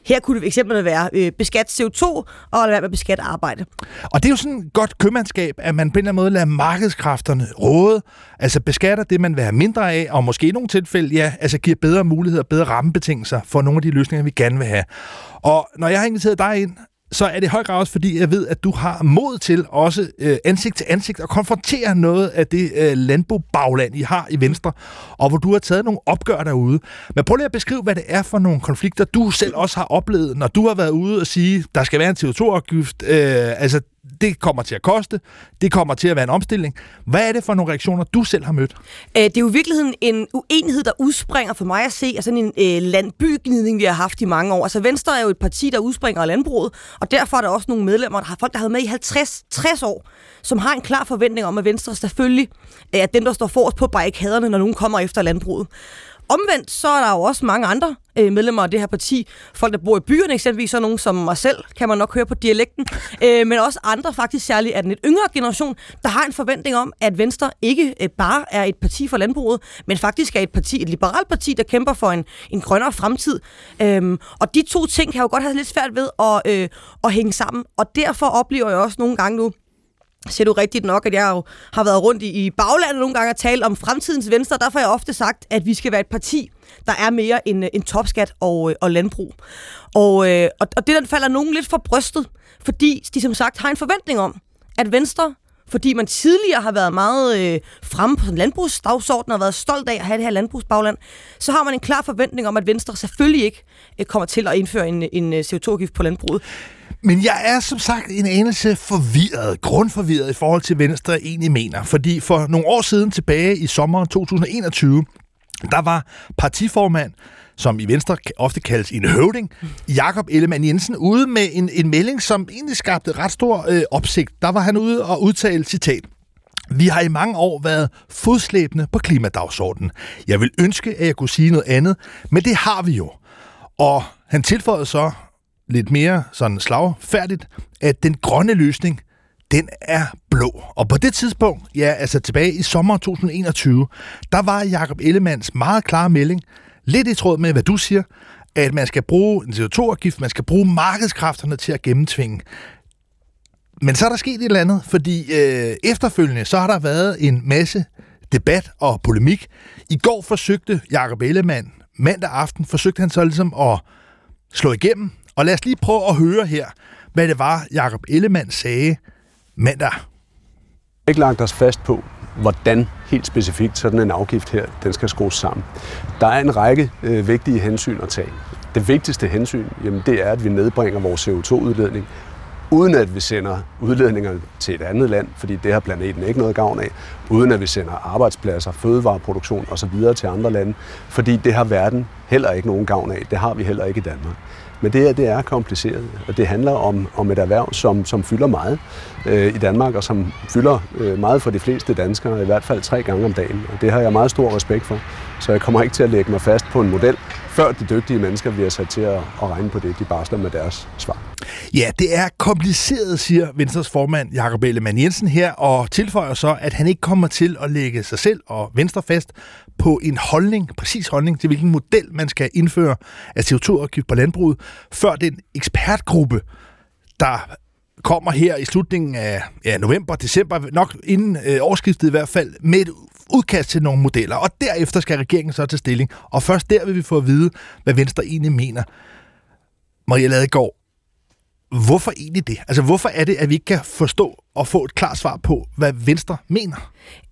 her kunne det eksempelvis være øh, beskat C O to og lade være med at beskatte arbejde. Og det er jo sådan et godt købmandskab, at man på en eller anden måde lader markedskræfterne råde, altså beskatter det, man vil have mindre af, og måske i nogle tilfælde, ja, altså giver bedre muligheder, bedre rammebetingelser for nogle af de løsninger, vi gerne vil have. Og når jeg har inviteret dig ind, så er det i høj grad også, fordi jeg ved, at du har mod til også øh, ansigt til ansigt at konfrontere noget af det øh, landbrug-bagland, I har i Venstre, og hvor du har taget nogle opgør derude. Men prøv lige at beskrive, hvad det er for nogle konflikter, du selv også har oplevet, når du har været ude og sige, der skal være en C O to afgift, øh, altså det kommer til at koste, det kommer til at være en omstilling. Hvad er det for nogle reaktioner, du selv har mødt? Det er jo i virkeligheden en uenighed, der udspringer for mig at se af sådan en øh, landbygnidning, vi har haft i mange år. Altså Venstre er jo et parti, der udspringer af landbruget, og derfor er der også nogle medlemmer, der har folk, der har været med i halvtreds til tres år, som har en klar forventning om, at Venstre selvfølgelig er dem, der står forrest på barrikaderne, når nogen kommer efter landbruget. Omvendt, så er der jo også mange andre øh, medlemmer af det her parti. Folk, der bor i byerne eksempelvis, så nogen som mig selv, kan man nok høre på dialekten. Øh, men også andre, faktisk særligt af den lidt yngre generation, der har en forventning om, at Venstre ikke øh, bare er et parti for landbruget, men faktisk er et parti, et liberalt parti, der kæmper for en, en grønnere fremtid. Øhm, og de to ting kan jo godt have lidt svært ved at, øh, at hænge sammen. Og derfor oplever jeg også nogle gange nu, siger du rigtigt nok, at jeg jo har været rundt i, i baglandet nogle gange og talt om fremtidens Venstre. Derfor har jeg ofte sagt, at vi skal være et parti, der er mere end, end topskat og, og landbrug. Og, og, og det der falder nogen lidt for brystet, fordi de som sagt har en forventning om, at Venstre, fordi man tidligere har været meget øh, fremme på landbrugsdagsordenen og været stolt af at have det her landbrugsbagland, så har man en klar forventning om, at Venstre selvfølgelig ikke øh, kommer til at indføre en, en C O to afgift på landbruget. Men jeg er som sagt en anelse forvirret, grundforvirret i forhold til Venstre egentlig mener. Fordi for nogle år siden tilbage i sommeren to tusind og enogtyve, der var partiformand, som i Venstre ofte kaldes en høvding, Jakob Ellemann-Jensen, ude med en, en melding, som egentlig skabte ret stor øh, opsigt. Der var han ude og udtale, citat: "Vi har i mange år været fodslæbende på klimadagsordenen. Jeg vil ønske, at jeg kunne sige noget andet, men det har vi jo." Og han tilføjede så lidt mere sådan slagfærdigt, at den grønne løsning, den er blå. Og på det tidspunkt, ja, altså tilbage i sommer to tusind og enogtyve, der var Jakob Ellemanns meget klare melding, lidt i tråd med, hvad du siger, at man skal bruge en C O to afgift, man skal bruge markedskræfterne til at gennemtvinge. Men så er der sket et eller andet, fordi øh, efterfølgende, så har der været en masse debat og polemik. I går forsøgte Jakob Ellemann, mandag aften, forsøgte han så ligesom at slå igennem. Og lad os lige prøve at høre her, hvad det var, Jakob Ellemann sagde mandag. Vi har ikke lagt os fast på, hvordan helt specifikt sådan en afgift her, den skal skrues sammen. Der er en række øh, vigtige hensyn at tage. Det vigtigste hensyn, jamen, det er, at vi nedbringer vores C O to udledning, uden at vi sender udledninger til et andet land, fordi det har planeten ikke noget gavn af, uden at vi sender arbejdspladser, fødevareproduktion osv. til andre lande, fordi det har verden heller ikke nogen gavn af. Det har vi heller ikke i Danmark. Men det her, det er kompliceret, og det handler om, om et erhverv, som, som fylder meget øh, i Danmark, og som fylder øh, meget for de fleste danskere, i hvert fald tre gange om dagen. Og det har jeg meget stor respekt for, så jeg kommer ikke til at lægge mig fast på en model, før de dygtige mennesker bliver sat til at, at regne på det, de barsler med deres svar. Ja, det er kompliceret, siger Venstres formand Jakob Ellemann-Jensen her, og tilføjer så, at han ikke kommer til at lægge sig selv og Venstre fast på en holdning, præcis holdning til, hvilken model man skal indføre af C O to afgift på landbruget, før den ekspertgruppe, der kommer her i slutningen af ja, november, december, nok inden øh, årsskiftet i hvert fald, med et udkast til nogle modeller. Og derefter skal regeringen så tage stilling, og først der vil vi få at vide, hvad Venstre egentlig mener. Maria Ladegaard, hvorfor egentlig det? Altså, hvorfor er det, at vi ikke kan forstå og få et klart svar på, hvad Venstre mener?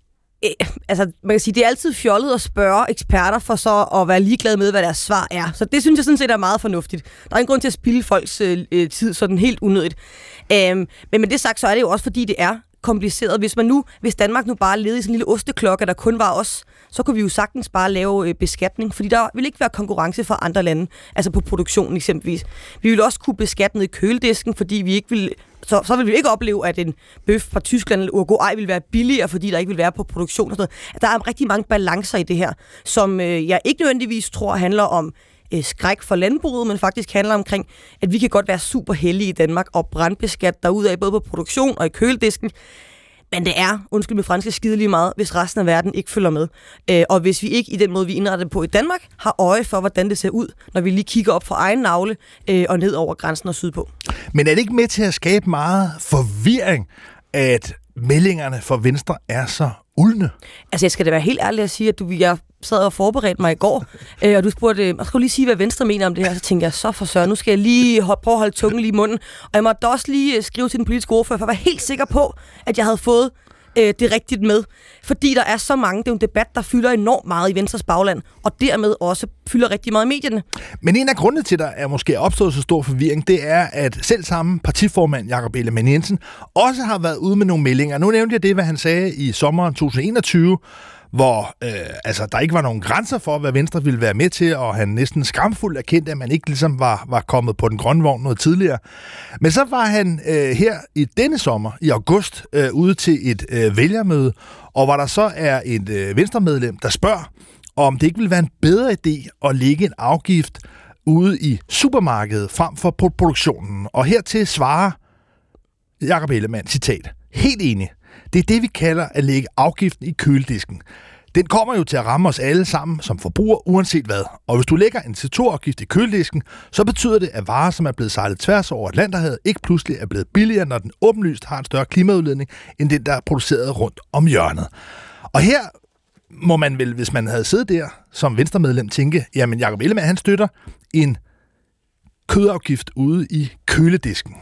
Øh, altså, man kan sige, det er altid fjollet at spørge eksperter for så at være ligeglade med, hvad deres svar er. Så det synes jeg sådan set er meget fornuftigt. Der er ingen grund til at spilde folks øh, tid sådan helt unødigt. Øh, men med det sagt, så er det jo også, fordi det er kompliceret. Hvis man nu, hvis Danmark nu bare levede i sådan en lille osteklokke, der kun var os, så kunne vi jo sagtens bare lave øh, beskatning, fordi der vil ikke være konkurrence fra andre lande, altså på produktionen eksempelvis. Vi vil også kunne beskatte ned i køledisken, fordi vi ikke vil, så, så vil vi ikke opleve, at en bøf fra Tyskland eller Uruguay vil være billigere, fordi der ikke vil være på produktion og sådan noget. Der er rigtig mange balancer i det her, som øh, jeg ikke nødvendigvis tror handler om øh, skræk for landbruget, men faktisk handler omkring, at vi kan godt være super heldige i Danmark og brandbeskatte derudad, både på produktion og i køledisken. Men det er, undskyld med franske, skide lige meget, hvis resten af verden ikke følger med. Øh, og hvis vi ikke i den måde, vi indretter det på i Danmark, har øje for, hvordan det ser ud, når vi lige kigger op fra egen navle øh, og ned over grænsen og sydpå. Men er det ikke med til at skabe meget forvirring, at meldingerne fra Venstre er så uldne? Altså, jeg skal da være helt ærlig at sige, at du, jeg sad og forberedte mig i går, øh, og du spurgte, jeg skulle lige sige, hvad Venstre mener om det her, så tænkte jeg, så for søren, nu skal jeg lige prøve at holde tungen lige i munden, og jeg måtte også lige skrive til den politiske ordfører, for at være helt sikker på, at jeg havde fået øh, det rigtigt med. Fordi der er så mange, det er jo en debat, der fylder enormt meget i Venstres bagland, og dermed også fylder rigtig meget i medierne. Men en af grundene til, at der er måske opstået så stor forvirring, det er, at selv samme partiformand, Jakob Ellemann-Jensen, også har været ude med nogle meldinger. Nu nævnte jeg det, hvad han sagde i sommeren to tusind og enogtyve, hvor øh, altså, der ikke var nogen grænser for, hvad Venstre ville være med til, og han næsten skamfuldt erkendte, at man ikke ligesom var, var kommet på den grønne vogn noget tidligere. Men så var han øh, her i denne sommer, i august, øh, ude til et øh, vælgermøde, og hvor der så er et øh, Venstremedlem, der spørger, om det ikke ville være en bedre idé at lægge en afgift ude i supermarkedet frem for på produktionen. Og hertil svarer Jakob Ellemann, citat, helt enig. Det er det, vi kalder at lægge afgiften i køledisken. Den kommer jo til at ramme os alle sammen som forbrugere, uanset hvad. Og hvis du lægger en C O to afgift i køledisken, så betyder det, at varer, som er blevet sejlet tværs over Atlanterhavet, ikke pludselig er blevet billigere, når den åbenlyst har en større klimaudledning, end den, der er produceret rundt om hjørnet. Og her må man vel, hvis man havde siddet der som venstremedlem, tænke, jamen Jakob Ellemann, han støtter en kødafgift ude i køledisken.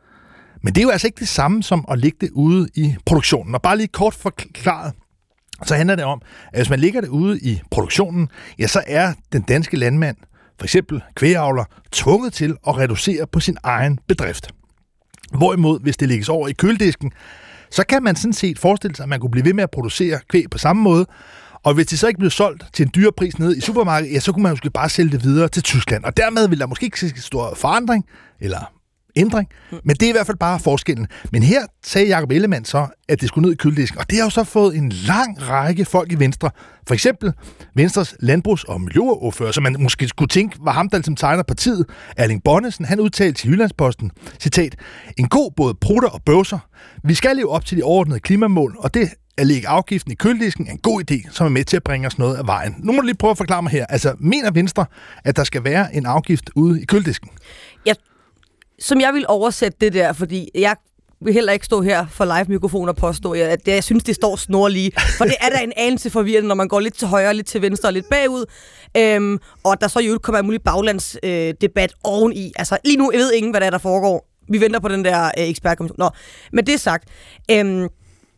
Men det er jo altså ikke det samme som at lægge det ude i produktionen. Og bare lige kort forklaret, så handler det om, at hvis man lægger det ude i produktionen, ja, så er den danske landmand, for eksempel kvægavler, tvunget til at reducere på sin egen bedrift. Hvorimod, hvis det lægges over i køledisken, så kan man sådan set forestille sig, at man kunne blive ved med at producere kvæg på samme måde. Og hvis det så ikke blev solgt til en dyre pris nede i supermarkedet, ja, så kunne man måske bare sælge det videre til Tyskland. Og dermed ville der måske ikke ske stor forandring, eller ændring, men det er i hvert fald bare forskellen. Men her sagde Jakob Ellemann så, at det skulle ned i køledisken, og det har jo så fået en lang række folk i Venstre. For eksempel Venstres landbrugs- og miljøordfører, som man måske skulle tænke var ham, der som tegner partiet, Erling Bonnesen, han udtalte til Jyllandsposten, citat, en god både prutter og bøvser. Vi skal leve op til de overordnede klimamål, og det at lægge afgiften i køledisken er en god idé, som er med til at bringe os noget af vejen. Nu må du lige prøve at forklare mig her. Altså, mener Venstre, at der skal være en afgift ude i køledisken? Ja, som jeg vil oversætte det der, fordi jeg vil heller ikke stå her for live-mikrofon og påstå, at jeg synes, det står snorlige. For det er da en anelse forvirrende, når man går lidt til højre, lidt til venstre og lidt bagud. Øhm, og der så jo kommer en mulig baglandsdebat øh, oveni. Altså lige nu, jeg ved ingen, hvad der er, der foregår. Vi venter på den der øh, ekspertkommission. Nå, men det sagt, øhm,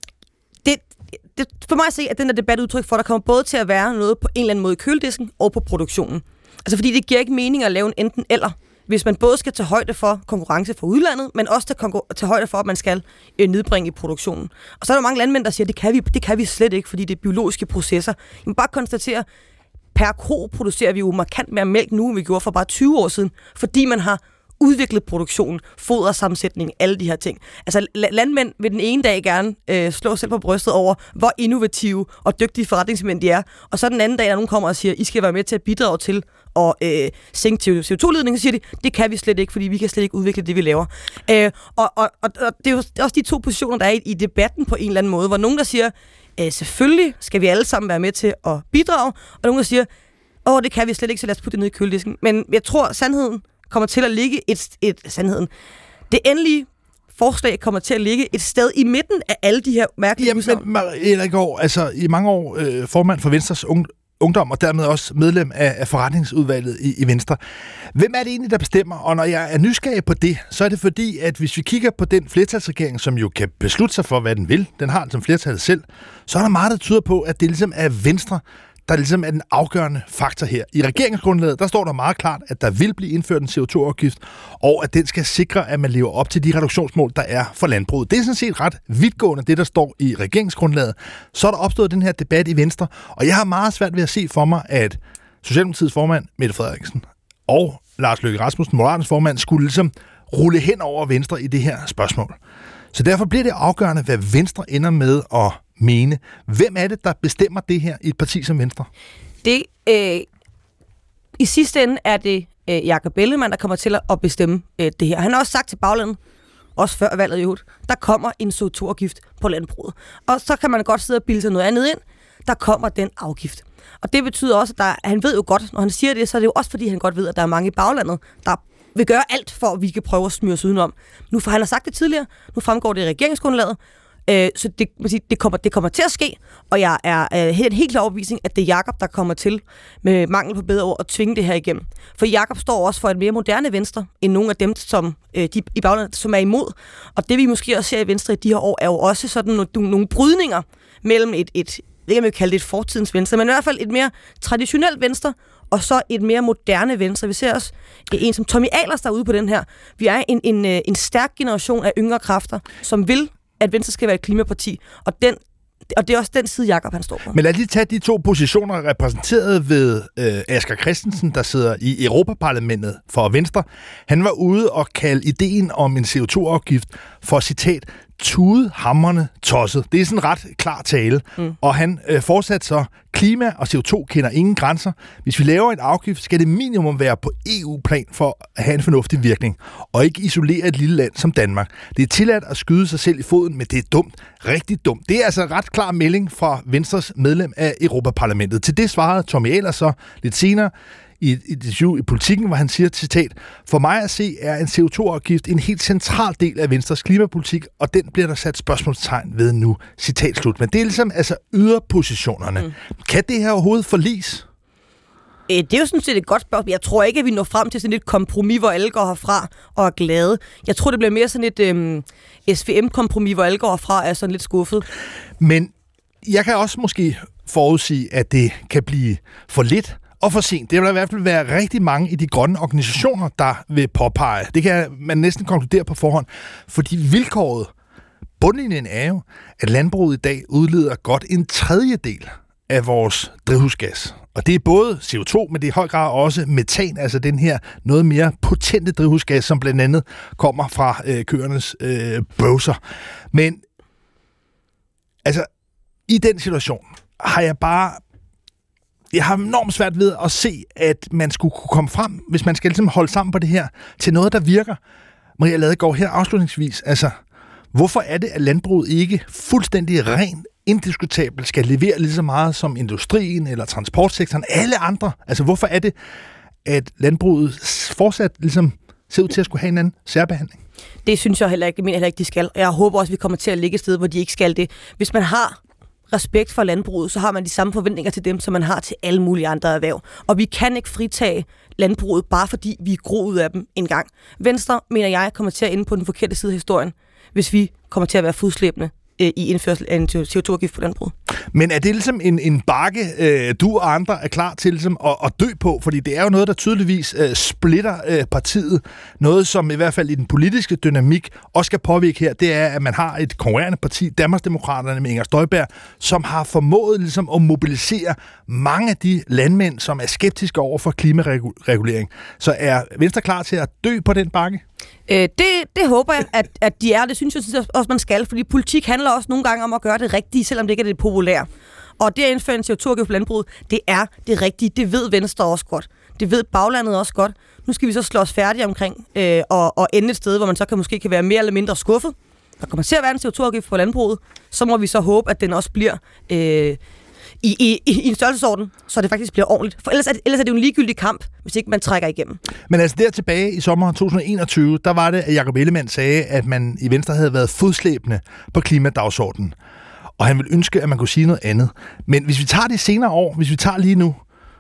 det, det, for mig at se, at den der debat udtryk for, der kommer både til at være noget på en eller anden måde i køledisken og på produktionen. Altså fordi det giver ikke mening at lave en enten eller. Hvis man både skal tage højde for konkurrence fra udlandet, men også tage, konkur- tage højde for, at man skal øh, nedbringe i produktionen. Og så er der mange landmænd, der siger, at det kan vi, det kan vi slet ikke, fordi det er biologiske processer. Jeg må bare konstatere, per ko producerer vi jo markant mere mælk nu, end vi gjorde for bare tyve år siden, fordi man har udviklet produktionen, fodersammensætning, alle de her ting. Altså landmænd vil den ene dag gerne øh, slå selv på brystet over, hvor innovative og dygtige forretningsmænd de er, og så den anden dag, når nogen kommer og siger, I skal være med til at bidrage til at øh, sænke C O to-ledningen, så siger de, det kan vi slet ikke, fordi vi kan slet ikke udvikle det, vi laver. Øh, og, og, og, og det er jo også de to positioner, der er i, i debatten på en eller anden måde, hvor nogen der siger, øh, selvfølgelig skal vi alle sammen være med til at bidrage, og nogen der siger, åh, det kan vi slet ikke, så lad os putte det ned i køledisken. Men jeg tror, sandheden kommer til at ligge et, et sandheden. Det endelige forslag kommer til at ligge et sted i midten af alle de her mærkelige udsagn. Jamen, eller i går, altså i mange år øh, formand for Venstres ung, ungdom, og dermed også medlem af, af forretningsudvalget i, i Venstre. Hvem er det egentlig, der bestemmer? Og når jeg er nysgerrig på det, så er det fordi, at hvis vi kigger på den flertalsregering, som jo kan beslutte sig for, hvad den vil, den har den som flertallet selv, så er der meget, der tyder på, at det ligesom er Venstre, der ligesom er den afgørende faktor her. I regeringsgrundlaget, der står der meget klart, at der vil blive indført en C O to afgift, og at den skal sikre, at man lever op til de reduktionsmål, der er for landbruget. Det er sådan set ret vidtgående, det der står i regeringsgrundlaget. Så er der opstået den her debat i Venstre, og jeg har meget svært ved at se for mig, at Socialdemokratiets formand, Mette Frederiksen, og Lars Løkke Rasmussen, Moderaternes formand, skulle ligesom rulle hen over Venstre i det her spørgsmål. Så derfor bliver det afgørende, hvad Venstre ender med at mene. Hvem er det, der bestemmer det her i et parti som Venstre? Det, øh, i sidste ende er det øh, Jakob Ellemann, der kommer til at bestemme øh, det her. Han har også sagt til baglandet, også før valget i øvrigt, der kommer en C O to afgift på landbruget. Og så kan man godt sidde og bilde sig noget andet ind. Der kommer den afgift. Og det betyder også, at der, han ved jo godt, når han siger det, så er det jo også fordi, han godt ved, at der er mange i baglandet, der vil gøre alt for, at vi kan prøve at smyre os udenom. Nu, for han har sagt det tidligere, nu fremgår det i regeringsgrundlaget, øh, så det, det, kommer, det kommer til at ske, og jeg er øh, helt, helt klar overbevisning, at det er Jakob, der kommer til, med mangel på bedre ord, at tvinge det her igennem. For Jakob står også for et mere moderne Venstre, end nogle af dem, som øh, de, i baglandet, som er imod. Og det vi måske også ser i Venstre i de her år, er jo også sådan nogle, nogle brydninger mellem et, et det kan man jo kalde det et fortidens Venstre, men i hvert fald et mere traditionelt Venstre, og så et mere moderne Venstre. Vi ser også en som Tommy Ahlers, der er ude på den her. Vi er en, en, en stærk generation af yngre kræfter, som vil, at Venstre skal være et klimaparti, og den Og det er også den side, Jakob han står på. Men lad os lige tage de to positioner repræsenteret ved øh, Asger Christensen, der sidder i Europaparlamentet for Venstre. Han var ude og kalde ideen om en C O to afgift for, citat, tudehamrende tosset. Det er sådan ret klar tale. Mm. Og han øh, fortsatte så, klima og C O to kender ingen grænser. Hvis vi laver en afgift, skal det minimum være på E U-plan for at have en fornuftig virkning, og ikke isolere et lille land som Danmark. Det er tilladt at skyde sig selv i foden, men det er dumt. Rigtig dumt. Det er altså ret klar melding fra Venstres medlem af Europaparlamentet. Til det svarede Tommy Ahlers så lidt senere i et interview i Politikken, hvor han siger, citat, for mig at se er en C O to afgift en helt central del af Venstres klimapolitik, og den bliver der sat spørgsmålstegn ved nu, citat slut. Men det er ligesom altså yderpositionerne. Mm. Kan det her overhovedet forlis? Det er jo sådan set et godt spørgsmål. Jeg tror ikke, at vi når frem til sådan et kompromis, hvor alle går herfra og er glade. Jeg tror, det bliver mere sådan et øhm, S V M-kompromis, hvor alle går herfra og er sådan lidt skuffet. Men jeg kan også måske forudsige, at det kan blive for lidt og for sent. Det vil i hvert fald være rigtig mange i de grønne organisationer, der vil påpege. Det kan man næsten konkludere på forhånd. Fordi vilkåret, bundlinjen er jo, at landbruget i dag udleder godt en tredjedel af vores drivhusgas. Og det er både C O to, men det er i høj grad også metan, altså den her noget mere potente drivhusgas, som blandt andet kommer fra øh, køernes øh, bøvser. Men altså, i den situation har jeg bare Jeg har enormt svært ved at se, at man skulle kunne komme frem, hvis man skal ligesom holde sammen på det her, til noget, der virker. Maria Ladegaard, her afslutningsvis, altså, hvorfor er det, at landbruget ikke fuldstændig ren, indiskutabelt skal levere lige så meget som industrien eller transportsektoren, alle andre? Altså, hvorfor er det, at landbruget fortsat ligesom ser ud til at skulle have en anden særbehandling? Det synes jeg heller ikke, det mener jeg heller ikke, de skal. Jeg håber også, at vi kommer til at ligge et sted, hvor de ikke skal det. Hvis man har respekt for landbruget, så har man de samme forventninger til dem, som man har til alle mulige andre erhverv. Og vi kan ikke fritage landbruget, bare fordi vi er groet af dem en gang. Venstre, mener jeg, kommer til at ende på den forkerte side af historien, hvis vi kommer til at være fodslæbende i indførsel af en C O to afgift på landbruget. Men er det ligesom en, en bakke, øh, du og andre er klar til ligesom at, at dø på? Fordi det er jo noget, der tydeligvis øh, splitter øh, partiet. Noget, som i hvert fald i den politiske dynamik også skal påvirke her, det er, at man har et konkurrerende parti, Danmarksdemokraterne med Inger Støjberg, som har formået ligesom at mobilisere mange af de landmænd, som er skeptiske over for klimaregulering. Så er Venstre klar til at dø på den bakke? Øh, det, det håber jeg, at, at de er. Det synes jeg også, man skal, fordi politik handler også nogle gange om at gøre det rigtige, selvom det ikke er det populære. Og det at indføre en C O to afgift på landbruget, det er det rigtige. Det ved Venstre også godt. Det ved baglandet også godt. Nu skal vi så slå os færdige omkring øh, og, og ende et sted, hvor man så kan, måske kan være mere eller mindre skuffet. Der kommer til at være en C O to afgift på landbruget. Så må vi så håbe, at den også bliver Øh, I, i, i en størrelsesorden, så det faktisk bliver ordentligt. For ellers er, det, ellers er det jo en ligegyldig kamp, hvis ikke man trækker igennem. Men altså der tilbage i sommer to tusind og enogtyve, der var det, at Jakob Ellemann sagde, at man i Venstre havde været fodslæbende på klimadagsordenen. Og han ville ønske, at man kunne sige noget andet. Men hvis vi tager det senere år, hvis vi tager lige nu,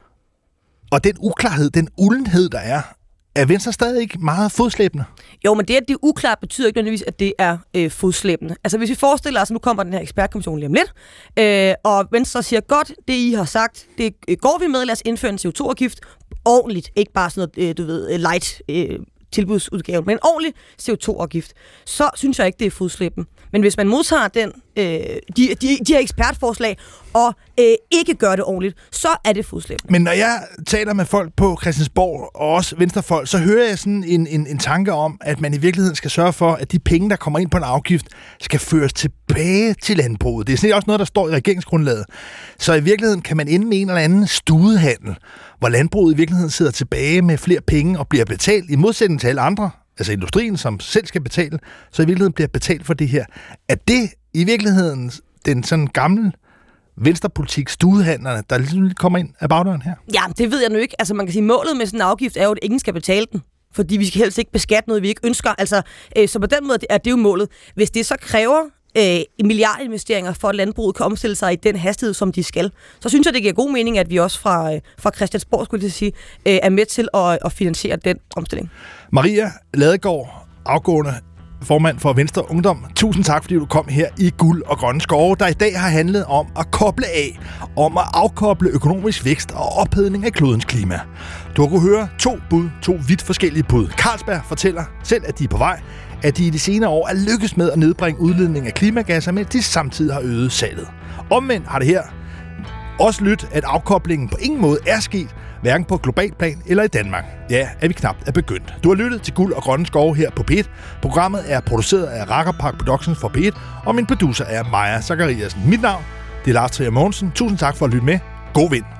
og den uklarhed, den uldenhed, der er, er Venstre stadig ikke meget fodslæbende? Jo, men det, at det er uklart, betyder ikke nødvendigvis, at det er øh, fodslæbende. Altså, hvis vi forestiller os, at nu kommer den her ekspertkommission lige om lidt, øh, og Venstre siger, godt, det I har sagt, det går vi med, lad os indføre en C O to afgift ordentligt. Ikke bare sådan noget, øh, du ved, light øh, tilbudsudgave, men en ordentlig C O to afgift. Så synes jeg ikke, det er fodslæbende. Men hvis man modtager den, øh, de, de, de her ekspertforslag, og øh, ikke gør det ordentligt, så er det fodslæbende. Men når jeg taler med folk på Christiansborg, og også venstrefolk, så hører jeg sådan en, en, en tanke om, at man i virkeligheden skal sørge for, at de penge, der kommer ind på en afgift, skal føres tilbage til landbruget. Det er sådan også noget, der står i regeringsgrundlaget. Så i virkeligheden kan man ende med en eller anden studehandel, hvor landbruget i virkeligheden sidder tilbage med flere penge og bliver betalt, i modsætning til alle andre altså industrien, som selv skal betale, så i virkeligheden bliver betalt for det her. Er det i virkeligheden den sådan gamle venstrepolitik, studehandlerne, der ligesom kommer ind af bagdøren her? Ja, det ved jeg nu ikke. Altså man kan sige, målet med sådan en afgift er jo, at ingen skal betale den. Fordi vi skal helst ikke beskatte noget, vi ikke ønsker. Altså, øh, så på den måde er det jo målet. Hvis det så kræver øh, milliardinvesteringer for, at landbruget kan omstille sig i den hastighed, som de skal, så synes jeg, det giver god mening, at vi også fra, øh, fra Christiansborg, skulle jeg sige, øh, er med til at, at finansiere den omstilling. Maria Ladegaard, afgående formand for Venstre Ungdom. Tusind tak, fordi du kom her i Guld og Grønne Skove, der i dag har handlet om at koble af, om at afkoble økonomisk vækst og ophedning af klodens klima. Du har kunnet høre to bud, to vidt forskellige bud. Carlsberg fortæller selv, at de er på vej, at de i de senere år er lykkes med at nedbringe udledning af klimagasser, men de samtidig har øget salget. Omvendt har det her også lyttet, at afkoblingen på ingen måde er sket, hverken på global plan eller i Danmark. Ja, er vi knap er begyndt. Du har lyttet til Guld og Grønne Skove her på P et. Programmet er produceret af Rakkerpark Productions for P et, og min producer er Maja Zachariasen. Mit navn, det er Lars Trier Mogensen. Tusind tak for at lytte med. God vind.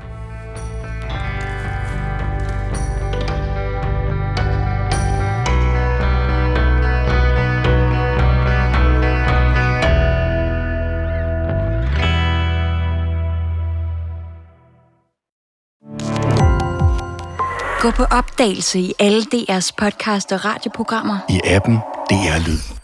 Gå på opdagelse i alle D R's podcast og radioprogrammer. I appen D R Lyd.